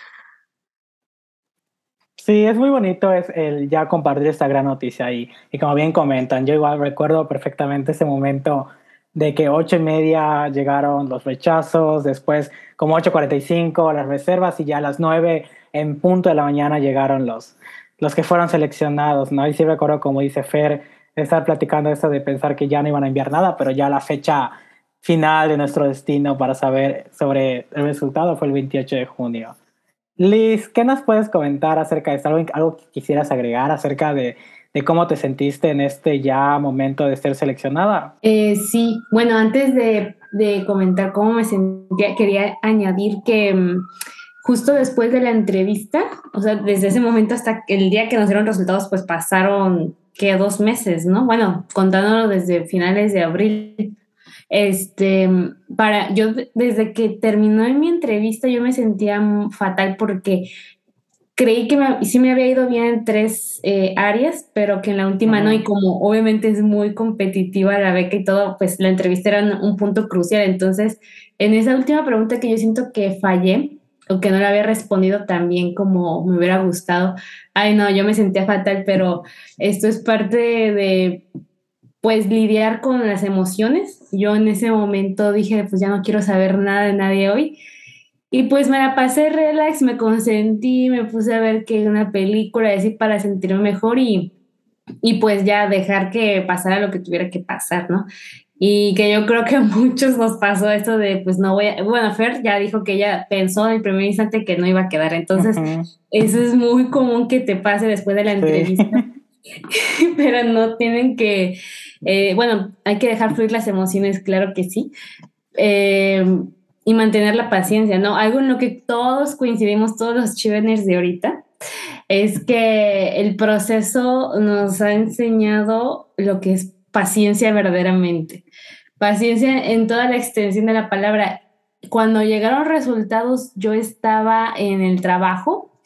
Sí, es muy bonito es el ya compartir esta gran noticia y, y como bien comentan, yo igual recuerdo perfectamente ese momento de que ocho y media llegaron los rechazos, después como ocho cuarenta y cinco las reservas y ya a las nueve en punto de la mañana llegaron los... los que fueron seleccionados, ¿no? Y sí recuerdo, como dice Fer, estar platicando esto de pensar que ya no iban a enviar nada, pero ya la fecha final de nuestro destino para saber sobre el resultado fue el veintiocho de junio. Liz, ¿qué nos puedes comentar acerca de esto? ¿Algo, algo que quisieras agregar acerca de, de cómo te sentiste en este ya momento de ser seleccionada? Eh, sí, bueno, antes de, de comentar cómo me sentía, quería añadir que... justo después de la entrevista, o sea, desde ese momento hasta el día que nos dieron resultados, pues pasaron, ¿qué? Dos meses, ¿no? Bueno, contándolo desde finales de abril. Este, para, yo desde que terminó mi entrevista, yo me sentía fatal porque creí que me, sí me había ido bien en tres eh, áreas, pero que en la última uh-huh. no, y como obviamente es muy competitiva la beca y todo, pues la entrevista era un punto crucial. Entonces, en esa última pregunta que yo siento que fallé, o que no le había respondido tan bien como me hubiera gustado. Ay, no, yo me sentía fatal, pero esto es parte de, de, pues, lidiar con las emociones. Yo en ese momento dije, pues, ya no quiero saber nada de nadie hoy. Y, pues, me la pasé relax, me consentí, me puse a ver que una película, así, para sentirme mejor y, y, pues, ya dejar que pasara lo que tuviera que pasar, ¿no? Y que yo creo que a muchos nos pasó esto de, pues no voy a... Bueno, Fer ya dijo que ella pensó en el primer instante que no iba a quedar. Entonces, uh-huh. eso es muy común que te pase después de la entrevista. Sí. pero no tienen que, eh, bueno, hay que dejar fluir las emociones, claro que sí, eh, y mantener la paciencia, ¿no? Algo en lo que todos coincidimos, todos los chiveners de ahorita, es que el proceso nos ha enseñado lo que es paciencia verdaderamente. Paciencia en toda la extensión de la palabra. Cuando llegaron resultados, yo estaba en el trabajo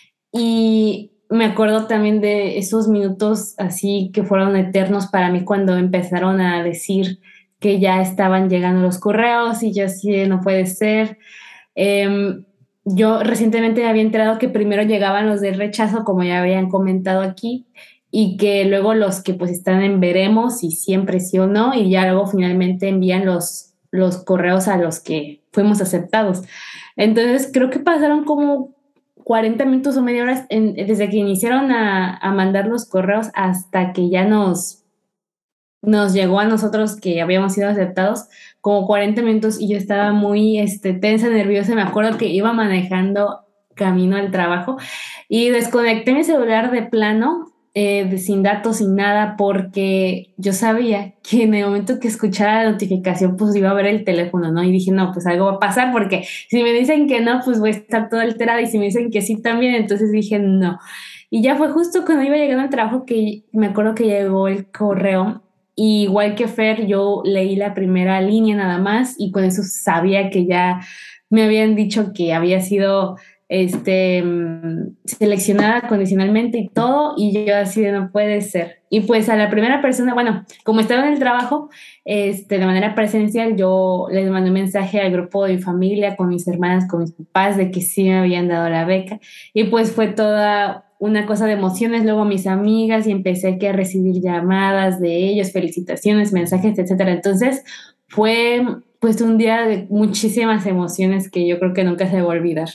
y me acuerdo también de esos minutos así que fueron eternos para mí cuando empezaron a decir que ya estaban llegando los correos y yo así, no puede ser. Eh, yo recientemente me había enterado que primero llegaban los de rechazo, como ya habían comentado aquí, y que luego los que pues están en veremos y siempre sí o no, y ya luego finalmente envían los, los correos a los que fuimos aceptados. Entonces creo que pasaron como cuarenta minutos o media hora en, desde que iniciaron a, a mandar los correos hasta que ya nos, nos llegó a nosotros que habíamos sido aceptados, como cuarenta minutos, y yo estaba muy este, tensa, nerviosa. Me acuerdo que iba manejando camino al trabajo y desconecté mi celular de plano, eh, de, sin datos, sin nada, porque yo sabía que en el momento que escuchara la notificación, pues iba a ver el teléfono, ¿no? Y dije, no, pues algo va a pasar, porque si me dicen que no, pues voy a estar toda alterada, y si me dicen que sí también, entonces dije, no. Y ya fue justo cuando iba llegando al trabajo que me acuerdo que llegó el correo. Y igual que Fer, yo leí la primera línea nada más y con eso sabía que ya me habían dicho que había sido este, seleccionada condicionalmente y todo, y yo así de no puede ser. Y pues a la primera persona, bueno, como estaba en el trabajo, este, de manera presencial, yo les mandé un mensaje al grupo de mi familia, con mis hermanas, con mis papás, de que sí me habían dado la beca, y pues fue toda una cosa de emociones, luego mis amigas, y empecé a recibir llamadas de ellos, felicitaciones, mensajes, etcétera. Entonces fue pues un día de muchísimas emociones que yo creo que nunca se va a olvidar.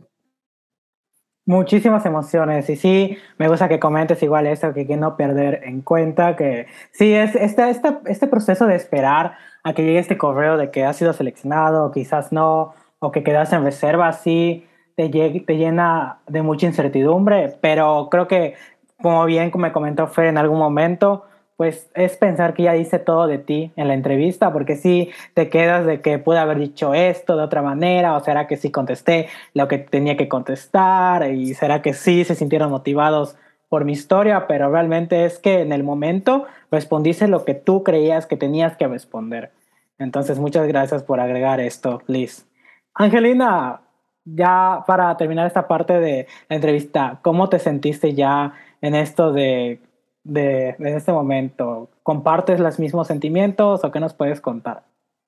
Muchísimas emociones, y sí, me gusta que comentes igual eso, que, que no perder en cuenta que sí, es este, este, este proceso de esperar a que llegue este correo de que has sido seleccionado, o quizás no, o que quedas en reserva, sí te, te llena de mucha incertidumbre, pero creo que, como bien me comentó Fer en algún momento, pues es pensar que ya dice todo de ti en la entrevista, porque sí te quedas de que pude haber dicho esto de otra manera, o será que sí contesté lo que tenía que contestar, y será que sí se sintieron motivados por mi historia, pero realmente es que en el momento respondiste lo que tú creías que tenías que responder. Entonces, muchas gracias por agregar esto, Liz. Angelina, ya para terminar esta parte de la entrevista, ¿cómo te sentiste ya en esto de De, de este momento? ¿Compartes los mismos sentimientos o qué nos puedes contar?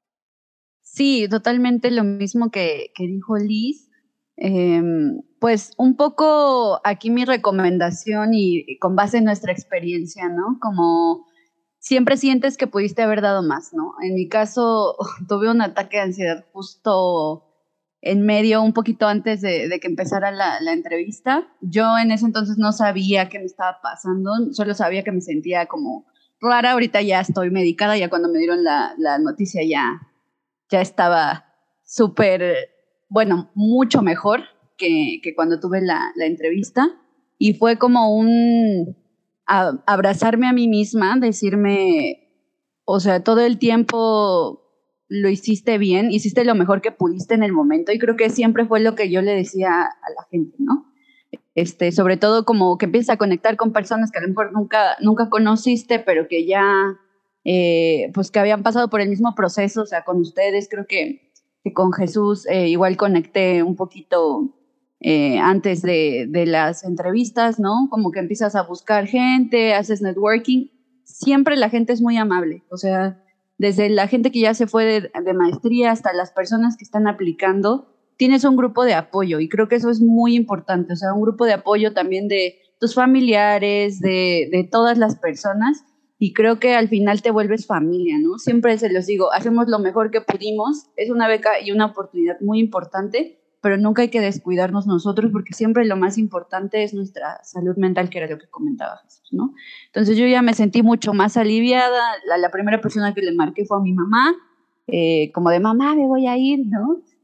Sí, totalmente lo mismo que, que dijo Liz. Eh, pues un poco aquí mi recomendación y, y con base en nuestra experiencia, ¿no? Como siempre sientes que pudiste haber dado más, ¿no? En mi caso tuve un ataque de ansiedad justo en medio, un poquito antes de, de que empezara la, la entrevista. Yo en ese entonces no sabía qué me estaba pasando, solo sabía que me sentía como rara. Ahorita ya estoy medicada, ya cuando me dieron la, la noticia ya, ya estaba súper, bueno, mucho mejor que, que cuando tuve la, la entrevista. Y fue como un a, abrazarme a mí misma, decirme, o sea, todo el tiempo lo hiciste bien, hiciste lo mejor que pudiste en el momento, y creo que siempre fue lo que yo le decía a la gente, ¿no? Este, sobre todo como que empiezas a conectar con personas que a lo mejor nunca, nunca conociste, pero que ya, eh, pues que habían pasado por el mismo proceso, o sea, con ustedes, creo que, que con Jesús eh, igual conecté un poquito eh, antes de, de las entrevistas, ¿no? Como que empiezas a buscar gente, haces networking, siempre la gente es muy amable, o sea, desde la gente que ya se fue de, de maestría hasta las personas que están aplicando, tienes un grupo de apoyo, y creo que eso es muy importante, o sea, un grupo de apoyo también de tus familiares, de, de todas las personas, y creo que al final te vuelves familia, ¿no? Siempre se los digo, hacemos lo mejor que pudimos, es una beca y una oportunidad muy importante, pero nunca hay que descuidarnos nosotros, porque siempre lo más importante es nuestra salud mental, que era lo que comentaba Jesús, ¿no? Entonces yo ya me sentí mucho más aliviada. La, la primera persona que le marqué fue a mi mamá, eh, como de mamá, me voy a ir, ¿no?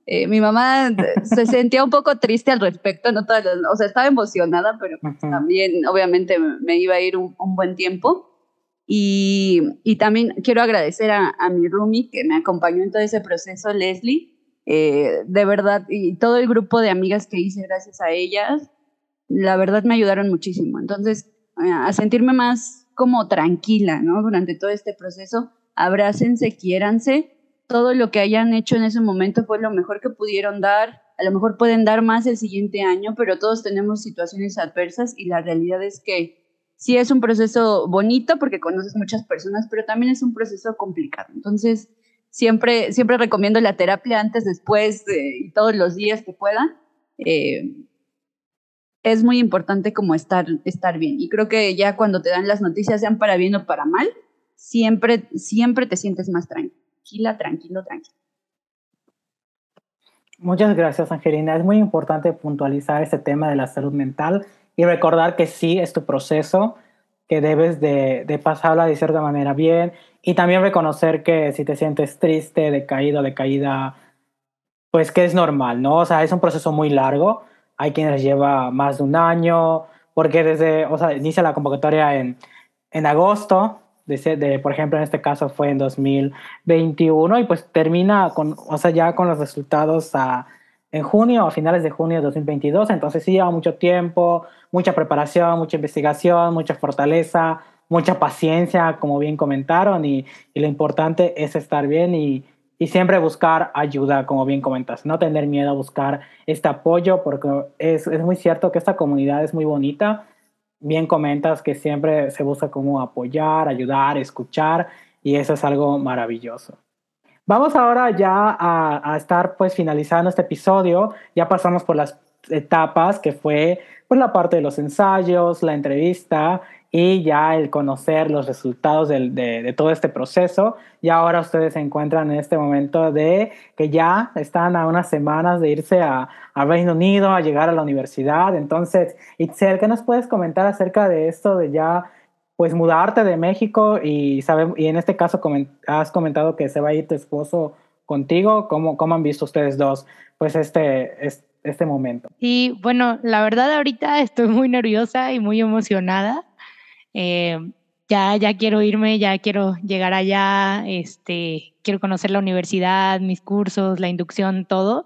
Eh, mi mamá se sentía un poco triste al respecto, no todas las, o sea, estaba emocionada, pero pues, Ujú. también obviamente me iba a ir un, un buen tiempo. Y, y también quiero agradecer a, a mi roomie que me acompañó en todo ese proceso, Leslie, eh, de verdad, y todo el grupo de amigas que hice gracias a ellas, la verdad me ayudaron muchísimo. Entonces, eh, a sentirme más como tranquila, ¿no? Durante todo este proceso, abrácense, quiéranse, todo lo que hayan hecho en ese momento fue lo mejor que pudieron dar, a lo mejor pueden dar más el siguiente año, pero todos tenemos situaciones adversas y la realidad es que sí es un proceso bonito porque conoces muchas personas, pero también es un proceso complicado. Entonces, siempre, siempre recomiendo la terapia antes, después eh, y todos los días que puedan. Eh, es muy importante como estar, estar bien. Y creo que ya cuando te dan las noticias, sean para bien o para mal, siempre, siempre te sientes más tranquila, tranquilo, tranquilo. Muchas gracias, Angelina. Es muy importante puntualizar este tema de la salud mental y recordar que sí es tu proceso, que debes de, de pasarla de cierta manera bien y también reconocer que si te sientes triste, decaído, decaída, pues que es normal, ¿no? O sea, es un proceso muy largo. Hay quienes lleva más de un año, porque desde, o sea, inicia la convocatoria en, en agosto, de, de, por ejemplo, en este caso fue en dos mil veintiuno y pues termina con, o sea, ya con los resultados a, en junio, a finales de junio de dos mil veintidós. Entonces sí lleva mucho tiempo, mucha preparación, mucha investigación, mucha fortaleza, mucha paciencia, como bien comentaron, y, y lo importante es estar bien y y siempre buscar ayuda, como bien comentas, no tener miedo a buscar este apoyo, porque es, es muy cierto que esta comunidad es muy bonita. Bien comentas que siempre se busca cómo apoyar, ayudar, escuchar, y eso es algo maravilloso. Vamos ahora ya a, a estar pues finalizando este episodio. Ya pasamos por las etapas que fue pues la parte de los ensayos, la entrevista y ya el conocer los resultados del, de, de todo este proceso. Y ahora ustedes se encuentran en este momento de que ya están a unas semanas de irse a, a Reino Unido, a llegar a la universidad. Entonces, Itzel, ¿qué nos puedes comentar acerca de esto de ya pues mudarte de México y, sabe, y en este caso coment, has comentado que se va a ir tu esposo contigo? ¿Cómo, cómo han visto ustedes dos pues este, este, este momento? Y bueno, la verdad ahorita estoy muy nerviosa y muy emocionada. Eh, ya, ya quiero irme, ya quiero llegar allá, este, quiero conocer la universidad, mis cursos, la inducción, todo.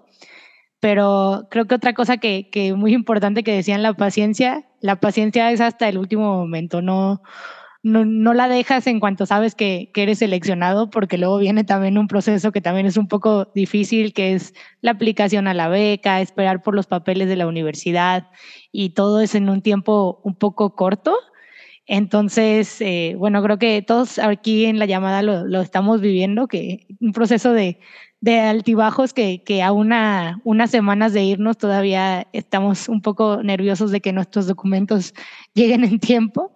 Pero creo que otra cosa que, que muy importante que decían, la paciencia, la paciencia es hasta el último momento, no, no, no la dejas en cuanto sabes que, que eres seleccionado, porque luego viene también un proceso que también es un poco difícil, que es la aplicación a la beca, esperar por los papeles de la universidad, y todo es en un tiempo un poco corto. Entonces, eh, bueno, creo que todos aquí en la llamada lo, lo estamos viviendo, que un proceso de, de altibajos que, que a una, unas semanas de irnos todavía estamos un poco nerviosos de que nuestros documentos lleguen en tiempo.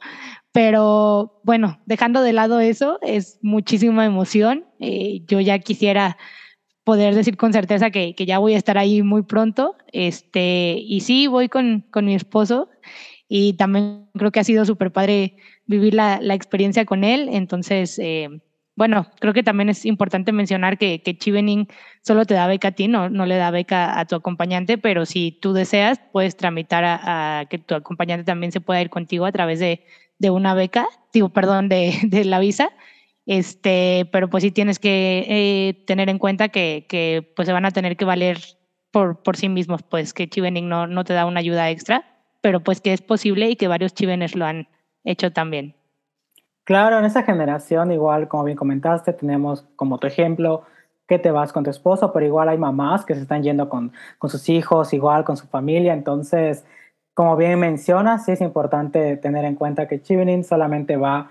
Pero bueno, dejando de lado eso, es muchísima emoción. Eh, yo ya quisiera poder decir con certeza que, que ya voy a estar ahí muy pronto. Este, y sí, voy con, con mi esposo. Y también creo que ha sido súper padre vivir la, la experiencia con él. Entonces, eh, bueno, creo que también es importante mencionar que, que Chevening solo te da beca a ti, no, no le da beca a tu acompañante, pero si tú deseas, puedes tramitar a, a que tu acompañante también se pueda ir contigo a través de, de una beca, digo, perdón, de, de la visa. Este, pero pues sí tienes que eh, tener en cuenta que, que pues se van a tener que valer por, por sí mismos, pues que Chevening no, no te da una ayuda extra, pero pues que es posible y que varios chivenes lo han hecho también. Claro, en esa generación igual, como bien comentaste, tenemos como tu ejemplo que te vas con tu esposo, pero igual hay mamás que se están yendo con, con sus hijos, igual con su familia. Entonces, como bien mencionas, sí es importante tener en cuenta que Chevening solamente va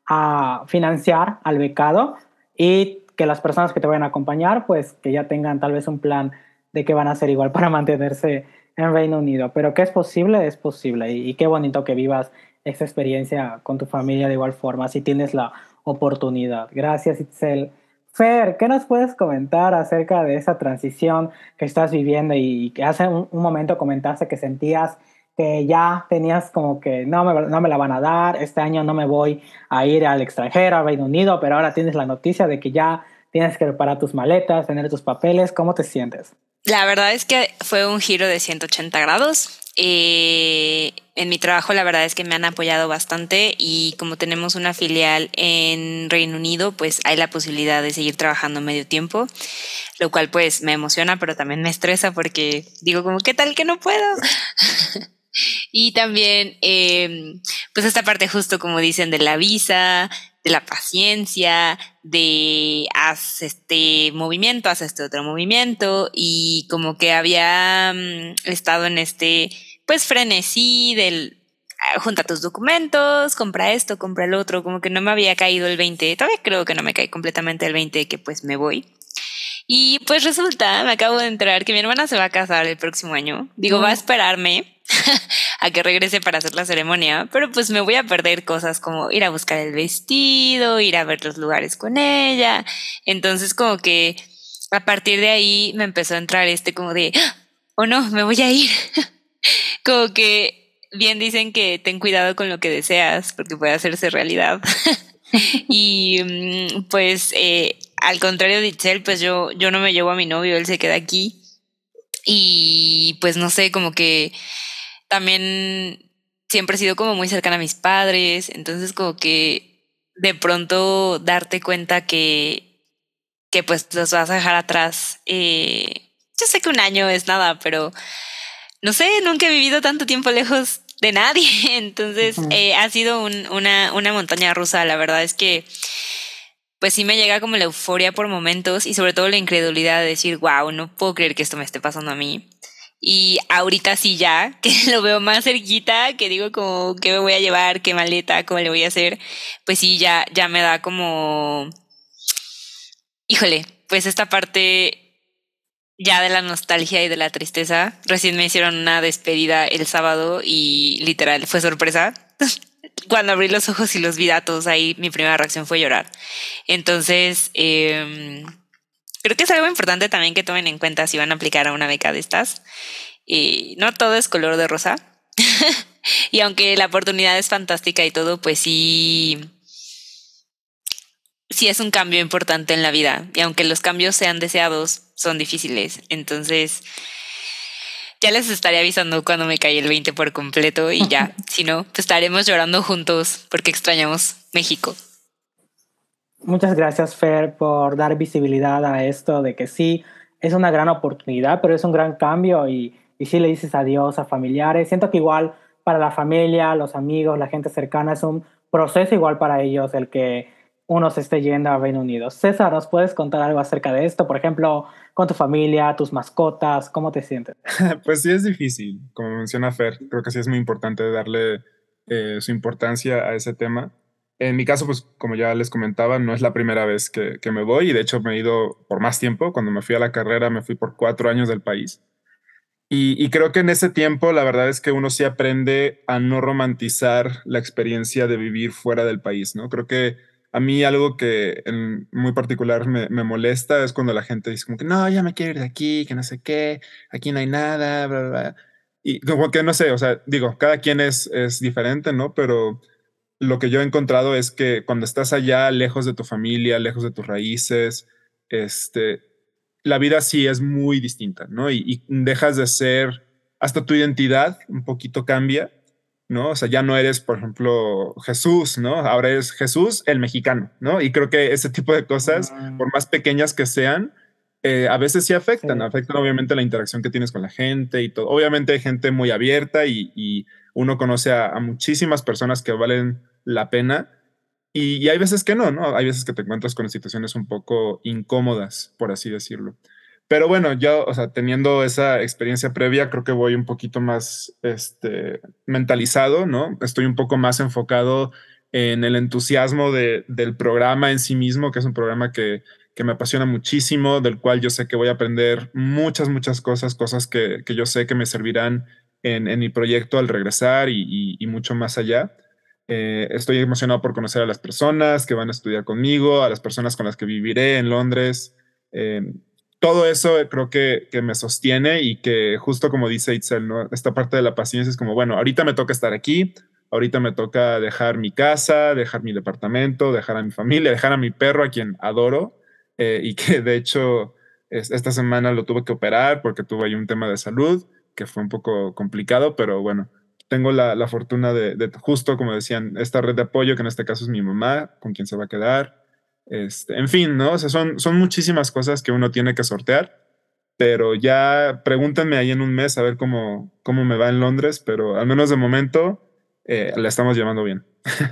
a financiar al becado y que las personas que te vayan a acompañar, pues que ya tengan tal vez un plan de qué van a hacer igual para mantenerse en Reino Unido. Pero que es posible, es posible. Y, y qué bonito que vivas esa experiencia con tu familia de igual forma, si tienes la oportunidad. Gracias, Itzel. Fer, ¿qué nos puedes comentar acerca de esa transición que estás viviendo y que hace un, un momento comentaste que sentías que ya tenías como que no me, no me la van a dar, este año no me voy a ir al extranjero, al Reino Unido, pero ahora tienes la noticia de que ya tienes que preparar tus maletas, tener tus papeles? ¿Cómo te sientes? La verdad es que fue un giro de ciento ochenta grados. Eh, en mi trabajo la verdad es que me han apoyado bastante y como tenemos una filial en Reino Unido, pues hay la posibilidad de seguir trabajando medio tiempo, lo cual pues me emociona, pero también me estresa porque digo como, ¿qué tal que no puedo? Y también, eh, pues esta parte justo como dicen de la visa, de la paciencia, de haz este movimiento, haz este otro movimiento y como que había um, estado en este, pues frenesí del ah, junta tus documentos, compra esto, compra el otro, como que no me había caído el veinte, todavía creo que no me cae completamente el veinte que pues me voy. Y pues resulta, me acabo de enterar que mi hermana se va a casar el próximo año. Digo, va a esperarme a que regrese para hacer la ceremonia, pero pues me voy a perder cosas como ir a buscar el vestido, ir a ver los lugares con ella. Entonces como que a partir de ahí me empezó a entrar este como de, oh no, me voy a ir. Como que bien dicen que ten cuidado con lo que deseas porque puede hacerse realidad. Y pues eh, al contrario de Itzel, pues yo, yo no me llevo a mi novio, él se queda aquí. Y pues no sé, como que también siempre he sido como muy cercana a mis padres, entonces como que de pronto darte cuenta que, que pues los vas a dejar atrás. Eh, yo sé que un año es nada, pero no sé, nunca he vivido tanto tiempo lejos de nadie, entonces Ujú. eh, ha sido un, una, una montaña rusa. La verdad es que pues sí me llega como la euforia por momentos y sobre todo la incredulidad de decir, wow, no puedo creer que esto me esté pasando a mí. Y ahorita sí ya, que lo veo más cerquita, que digo como qué me voy a llevar, qué maleta, cómo le voy a hacer, pues sí, ya, ya me da como, híjole, pues esta parte ya de la nostalgia y de la tristeza. Recién me hicieron una despedida el sábado y literal fue sorpresa. Cuando abrí los ojos y los vi datos ahí, mi primera reacción fue llorar. Entonces, eh, creo que es algo importante también que tomen en cuenta si van a aplicar a una beca de estas. Y no todo es color de rosa. Y aunque la oportunidad es fantástica y todo, pues sí, sí es un cambio importante en la vida. Y aunque los cambios sean deseados, son difíciles. Entonces, ya les estaré avisando cuando me cae el veinte por completo y ya, si no, pues estaremos llorando juntos porque extrañamos México. Muchas gracias, Fer, por dar visibilidad a esto de que sí, es una gran oportunidad, pero es un gran cambio y, y sí le dices adiós a familiares. Siento que igual para la familia, los amigos, la gente cercana es un proceso igual para ellos el que uno se esté yendo a Reino Unido. César, ¿nos puedes contar algo acerca de esto? Por ejemplo, con tu familia, tus mascotas, ¿cómo te sientes? Pues sí es difícil, como menciona Fer, creo que sí es muy importante darle eh, su importancia a ese tema. En mi caso, pues como ya les comentaba, no es la primera vez que, que me voy y de hecho me he ido por más tiempo. Cuando me fui a la carrera me fui por cuatro años del país. Y, y creo que en ese tiempo la verdad es que uno sí aprende a no romantizar la experiencia de vivir fuera del país, ¿no? Creo que a mí algo que en muy particular me, me molesta es cuando la gente dice como que no, ya me quiero ir de aquí, que no sé qué, aquí no hay nada, bla, bla, bla. Y como que no sé, o sea, digo, cada quien es, es diferente, ¿no? Pero lo que yo he encontrado es que cuando estás allá, lejos de tu familia, lejos de tus raíces, este, la vida sí es muy distinta, ¿no? Y, y dejas de ser, hasta tu identidad un poquito cambia, ¿no? O sea, ya no eres, por ejemplo, Jesús, ¿no? Ahora eres Jesús el mexicano, ¿no? Y creo que ese tipo de cosas, por más pequeñas que sean, eh, a veces sí afectan, Sí. afectan obviamente la interacción que tienes con la gente y todo. Obviamente hay gente muy abierta y, y uno conoce a, a muchísimas personas que valen la pena y, y hay veces que no, ¿no? Hay veces que te encuentras con situaciones un poco incómodas, por así decirlo. Pero bueno, yo, o sea, teniendo esa experiencia previa, creo que voy un poquito más este, mentalizado, ¿no? Estoy un poco más enfocado en el entusiasmo de, del programa en sí mismo, que es un programa que, que me apasiona muchísimo, del cual yo sé que voy a aprender muchas, muchas cosas, cosas que, que yo sé que me servirán en, en mi proyecto al regresar y, y, y mucho más allá. Eh, estoy emocionado por conocer a las personas que van a estudiar conmigo, a las personas con las que viviré en Londres. Eh, todo eso creo que, que, me sostiene y que justo como dice Itzel, ¿no? Esta parte de la paciencia es como, bueno, ahorita me toca estar aquí, ahorita me toca dejar mi casa, dejar mi departamento, dejar a mi familia, dejar a mi perro, a quien adoro, eh, y que de hecho Es, esta semana lo tuve que operar porque tuve ahí un tema de salud que fue un poco complicado, pero bueno, tengo la, la fortuna de, de, justo como decían, esta red de apoyo, que en este caso es mi mamá, con quien se va a quedar. Este, en fin, ¿no? O sea, son, son muchísimas cosas que uno tiene que sortear, pero ya pregúntenme ahí en un mes a ver cómo, cómo me va en Londres, pero al menos de momento eh, la estamos llevando bien.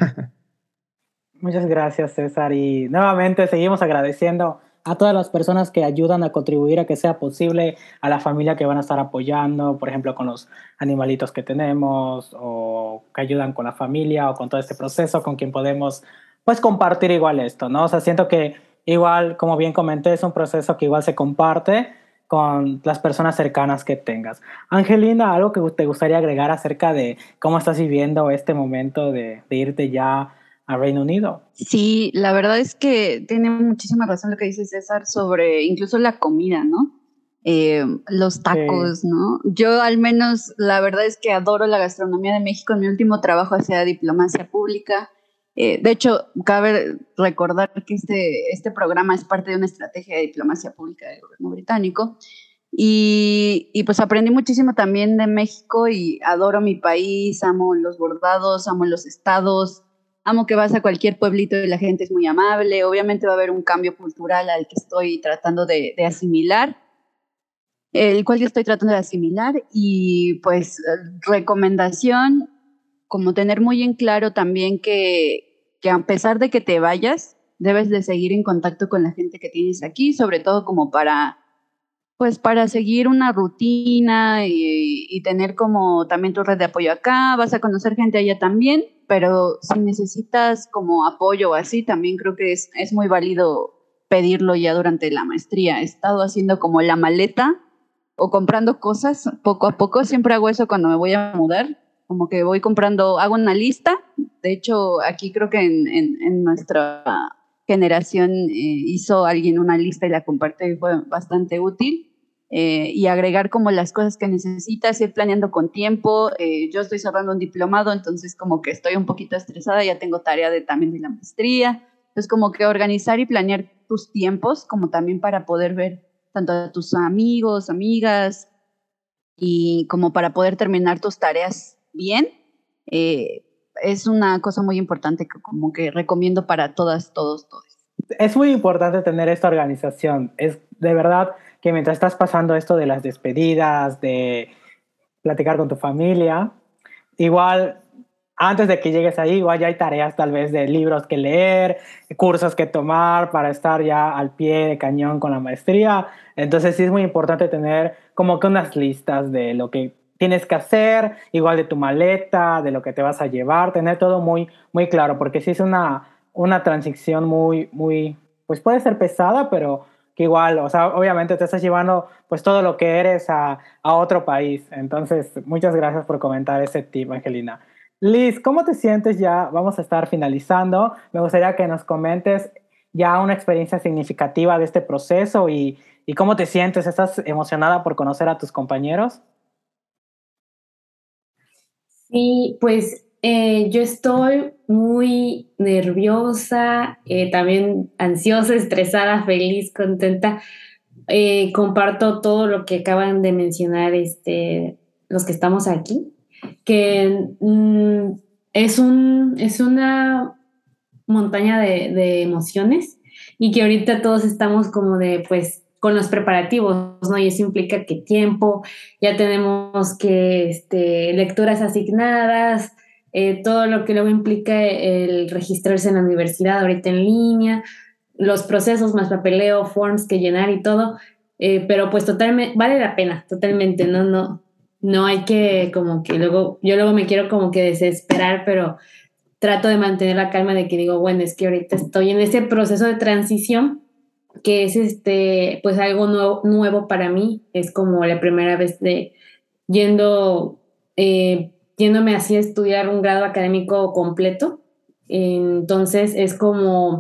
Muchas gracias, César. Y nuevamente seguimos agradeciendo a todas las personas que ayudan a contribuir a que sea posible, a la familia que van a estar apoyando, por ejemplo, con los animalitos que tenemos, o que ayudan con la familia o con todo este proceso, con quien podemos, pues, compartir igual esto, ¿no? O sea, siento que igual, como bien comenté, es un proceso que igual se comparte con las personas cercanas que tengas. Angelina, ¿algo que te gustaría agregar acerca de cómo estás viviendo este momento de, de irte ya a Reino Unido? Sí, la verdad es que tiene muchísima razón lo que dice César sobre incluso la comida, ¿no? Eh, los tacos, sí. ¿no? Yo al menos, la verdad es que adoro la gastronomía de México. En mi último trabajo hacía diplomacia pública. Eh, de hecho, cabe recordar que este, este programa es parte de una estrategia de diplomacia pública del gobierno británico. Y, y pues aprendí muchísimo también de México y adoro mi país, amo los bordados, amo los estados. Amo que vas a cualquier pueblito y la gente es muy amable. Obviamente va a haber un cambio cultural al que estoy tratando de, de asimilar, el cual yo estoy tratando de asimilar. Y pues recomendación, como tener muy en claro también que, que a pesar de que te vayas, debes de seguir en contacto con la gente que tienes aquí, sobre todo como para, pues para seguir una rutina y, y tener como también tu red de apoyo acá. Vas a conocer gente allá también, pero si necesitas como apoyo o así, también creo que es, es muy válido pedirlo ya durante la maestría. He estado haciendo como la maleta o comprando cosas poco a poco. Siempre hago eso cuando me voy a mudar, como que voy comprando, hago una lista. De hecho, aquí creo que en, en, en nuestra generación eh, hizo alguien una lista y la compartió y fue bastante útil. Eh, y agregar como las cosas que necesitas, ir planeando con tiempo. Eh, yo estoy cerrando un diplomado, entonces como que estoy un poquito estresada, ya tengo tarea de, también de la maestría. Entonces como que organizar y planear tus tiempos, como también para poder ver tanto a tus amigos, amigas, y como para poder terminar tus tareas bien, eh, es una cosa muy importante que como que recomiendo para todas, todos, todos. Es muy importante tener esta organización. Es de verdad que mientras estás pasando esto de las despedidas, de platicar con tu familia, igual antes de que llegues ahí, igual ya hay tareas tal vez de libros que leer, cursos que tomar para estar ya al pie de cañón con la maestría. Entonces sí es muy importante tener como que unas listas de lo que tienes que hacer, igual de tu maleta, de lo que te vas a llevar, tener todo muy, muy claro, porque sí es una, una transición muy, muy, pues puede ser pesada, pero que igual, o sea, obviamente te estás llevando pues todo lo que eres a, a otro país. Entonces, muchas gracias por comentar ese tip, Angelina. Liz, ¿cómo te sientes ya? Vamos a estar finalizando. Me gustaría que nos comentes ya una experiencia significativa de este proceso y, y cómo te sientes. ¿Estás emocionada por conocer a tus compañeros? Sí, pues eh, yo estoy muy nerviosa, eh, también ansiosa, estresada, feliz, contenta. Eh, comparto todo lo que acaban de mencionar este, los que estamos aquí, que mm, es, un, es una montaña de, de emociones y que ahorita todos estamos como de, pues, con los preparativos, ¿no? Y eso implica que tiempo, ya tenemos que, este, lecturas asignadas, eh, todo lo que luego implica el registrarse en la universidad ahorita en línea, los procesos más papeleo, forms que llenar y todo, eh, pero pues totalmente, vale la pena, totalmente, ¿no? No, no hay que como que luego, yo luego me quiero como que desesperar, pero trato de mantener la calma de que digo, bueno, es que ahorita estoy en ese proceso de transición que es este, pues algo nuevo, nuevo para mí, es como la primera vez de yendo, eh, yéndome así a estudiar un grado académico completo, entonces es como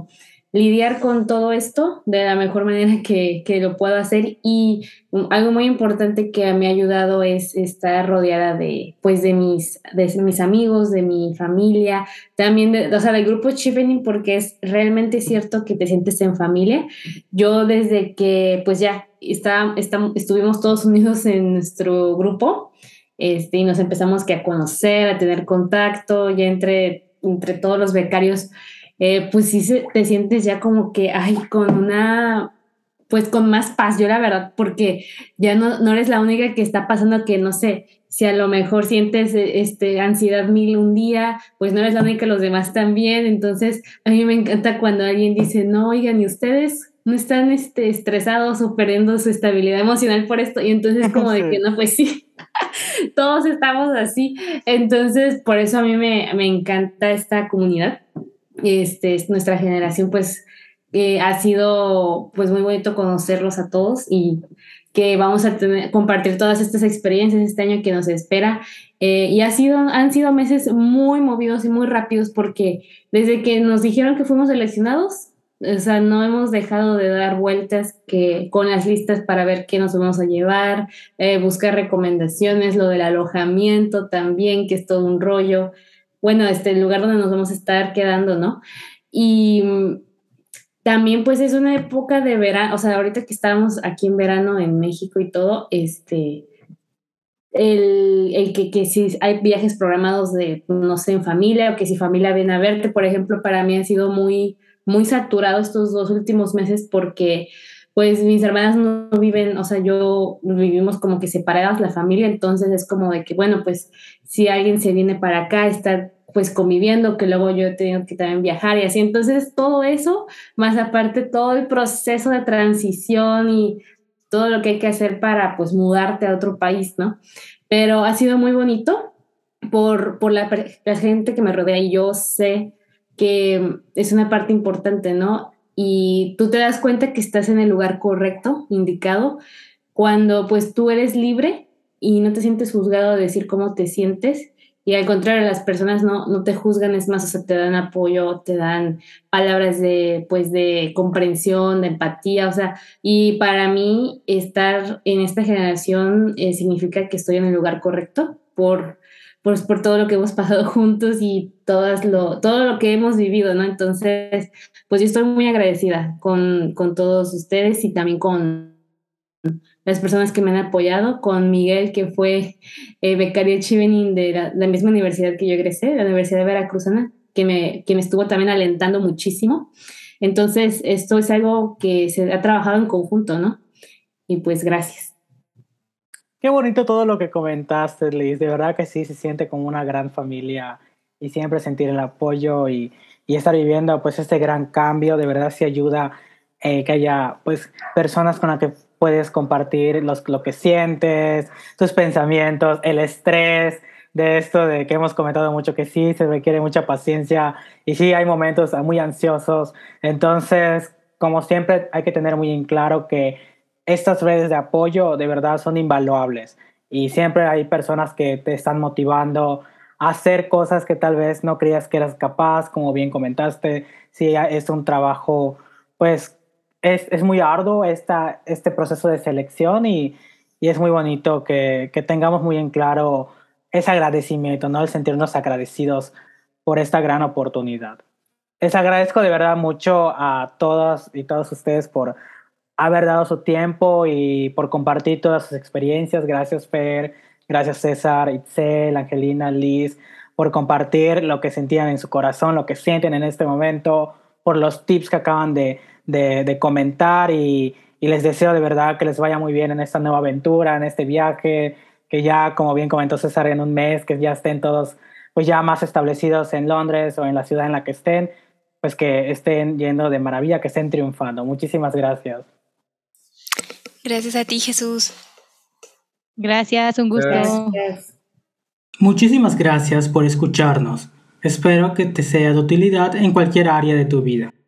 lidiar con todo esto de la mejor manera que, que lo puedo hacer. Y algo muy importante que me ha ayudado es estar rodeada de, pues, de mis, de mis amigos, de mi familia, también de, o sea, del grupo Chevening, porque es realmente cierto que te sientes en familia. Yo desde que pues ya está, está, estuvimos todos unidos en nuestro grupo, este, y nos empezamos que a conocer, a tener contacto, ya entre, entre todos los becarios, eh, pues sí se, te sientes ya como que, ay, con una, pues con más paz, yo la verdad, porque ya no, no eres la única que está pasando que, no sé, si a lo mejor sientes este, ansiedad mil un día, pues no eres la única, los demás también. Entonces, a mí me encanta cuando alguien dice, no, oigan, ¿y ustedes no están este, estresados o perdiendo su estabilidad emocional por esto? Y entonces como de Sí. que no, pues sí, todos estamos así. Entonces, por eso a mí me, me encanta esta comunidad. Este, nuestra generación, pues, eh, ha sido pues muy bonito conocerlos a todos y que vamos a tener, compartir todas estas experiencias este año que nos espera. Eh, y ha sido, han sido meses muy movidos y muy rápidos porque desde que nos dijeron que fuimos seleccionados, o sea, no hemos dejado de dar vueltas que, con las listas para ver qué nos vamos a llevar, eh, buscar recomendaciones, lo del alojamiento también, que es todo un rollo. Bueno, este, el lugar donde nos vamos a estar quedando, ¿no? Y también pues es una época de verano, o sea, ahorita que estábamos aquí en verano en México y todo, este, el, el que, que si hay viajes programados de, no sé, en familia o que si familia viene a verte, por ejemplo, para mí ha sido muy, muy saturado estos dos últimos meses porque pues mis hermanas no viven, o sea, yo vivimos como que separadas la familia, entonces es como de que, bueno, pues si alguien se viene para acá, estar pues conviviendo, que luego yo he tenido que también viajar y así, entonces todo eso, más aparte todo el proceso de transición y todo lo que hay que hacer para pues mudarte a otro país, ¿no? Pero ha sido muy bonito por, por la, la gente que me rodea y yo sé que es una parte importante, ¿no? Y tú te das cuenta que estás en el lugar correcto, indicado, cuando pues tú eres libre y no te sientes juzgado de decir cómo te sientes. Y al contrario, las personas no, no te juzgan, es más, o sea, te dan apoyo, te dan palabras de, pues, de comprensión, de empatía, o sea, y para mí estar en esta generación eh, significa que estoy en el lugar correcto por, por, por todo lo que hemos pasado juntos y todas lo, todo lo que hemos vivido, ¿no? Entonces, pues yo estoy muy agradecida con, con todos ustedes y también con las personas que me han apoyado, con Miguel, que fue eh, becario Chevening de la, la misma universidad que yo egresé, la Universidad de Veracruzana, que me, que me estuvo también alentando muchísimo. Entonces, esto es algo que se ha trabajado en conjunto, ¿no? Y pues gracias. Qué bonito todo lo que comentaste, Liz. De verdad que sí, se siente como una gran familia y siempre sentir el apoyo y, y estar viviendo pues este gran cambio. De verdad sí ayuda eh, que haya pues personas con las que puedes compartir los, lo que sientes, tus pensamientos, el estrés de esto de que hemos comentado mucho, que sí se requiere mucha paciencia y sí hay momentos muy ansiosos. Entonces, como siempre, hay que tener muy en claro que estas redes de apoyo de verdad son invaluables y siempre hay personas que te están motivando a hacer cosas que tal vez no creías que eras capaz, como bien comentaste. Sí, es un trabajo pues Es, es muy arduo esta, este proceso de selección y, y es muy bonito que, que tengamos muy en claro ese agradecimiento, ¿no? El sentirnos agradecidos por esta gran oportunidad. Les agradezco de verdad mucho a todas y todos ustedes por haber dado su tiempo y por compartir todas sus experiencias. Gracias, Fer, gracias, César, Itzel, Angelina, Liz, por compartir lo que sentían en su corazón, lo que sienten en este momento, por los tips que acaban de De, de comentar y, y les deseo de verdad que les vaya muy bien en esta nueva aventura, en este viaje, que ya, como bien comentó César, en un mes, que ya estén todos pues ya más establecidos en Londres o en la ciudad en la que estén, pues que estén yendo de maravilla, que estén triunfando. Muchísimas gracias. Gracias a ti, Jesús. Gracias, un gusto. Gracias. Muchísimas gracias por escucharnos. Espero que te sea de utilidad en cualquier área de tu vida.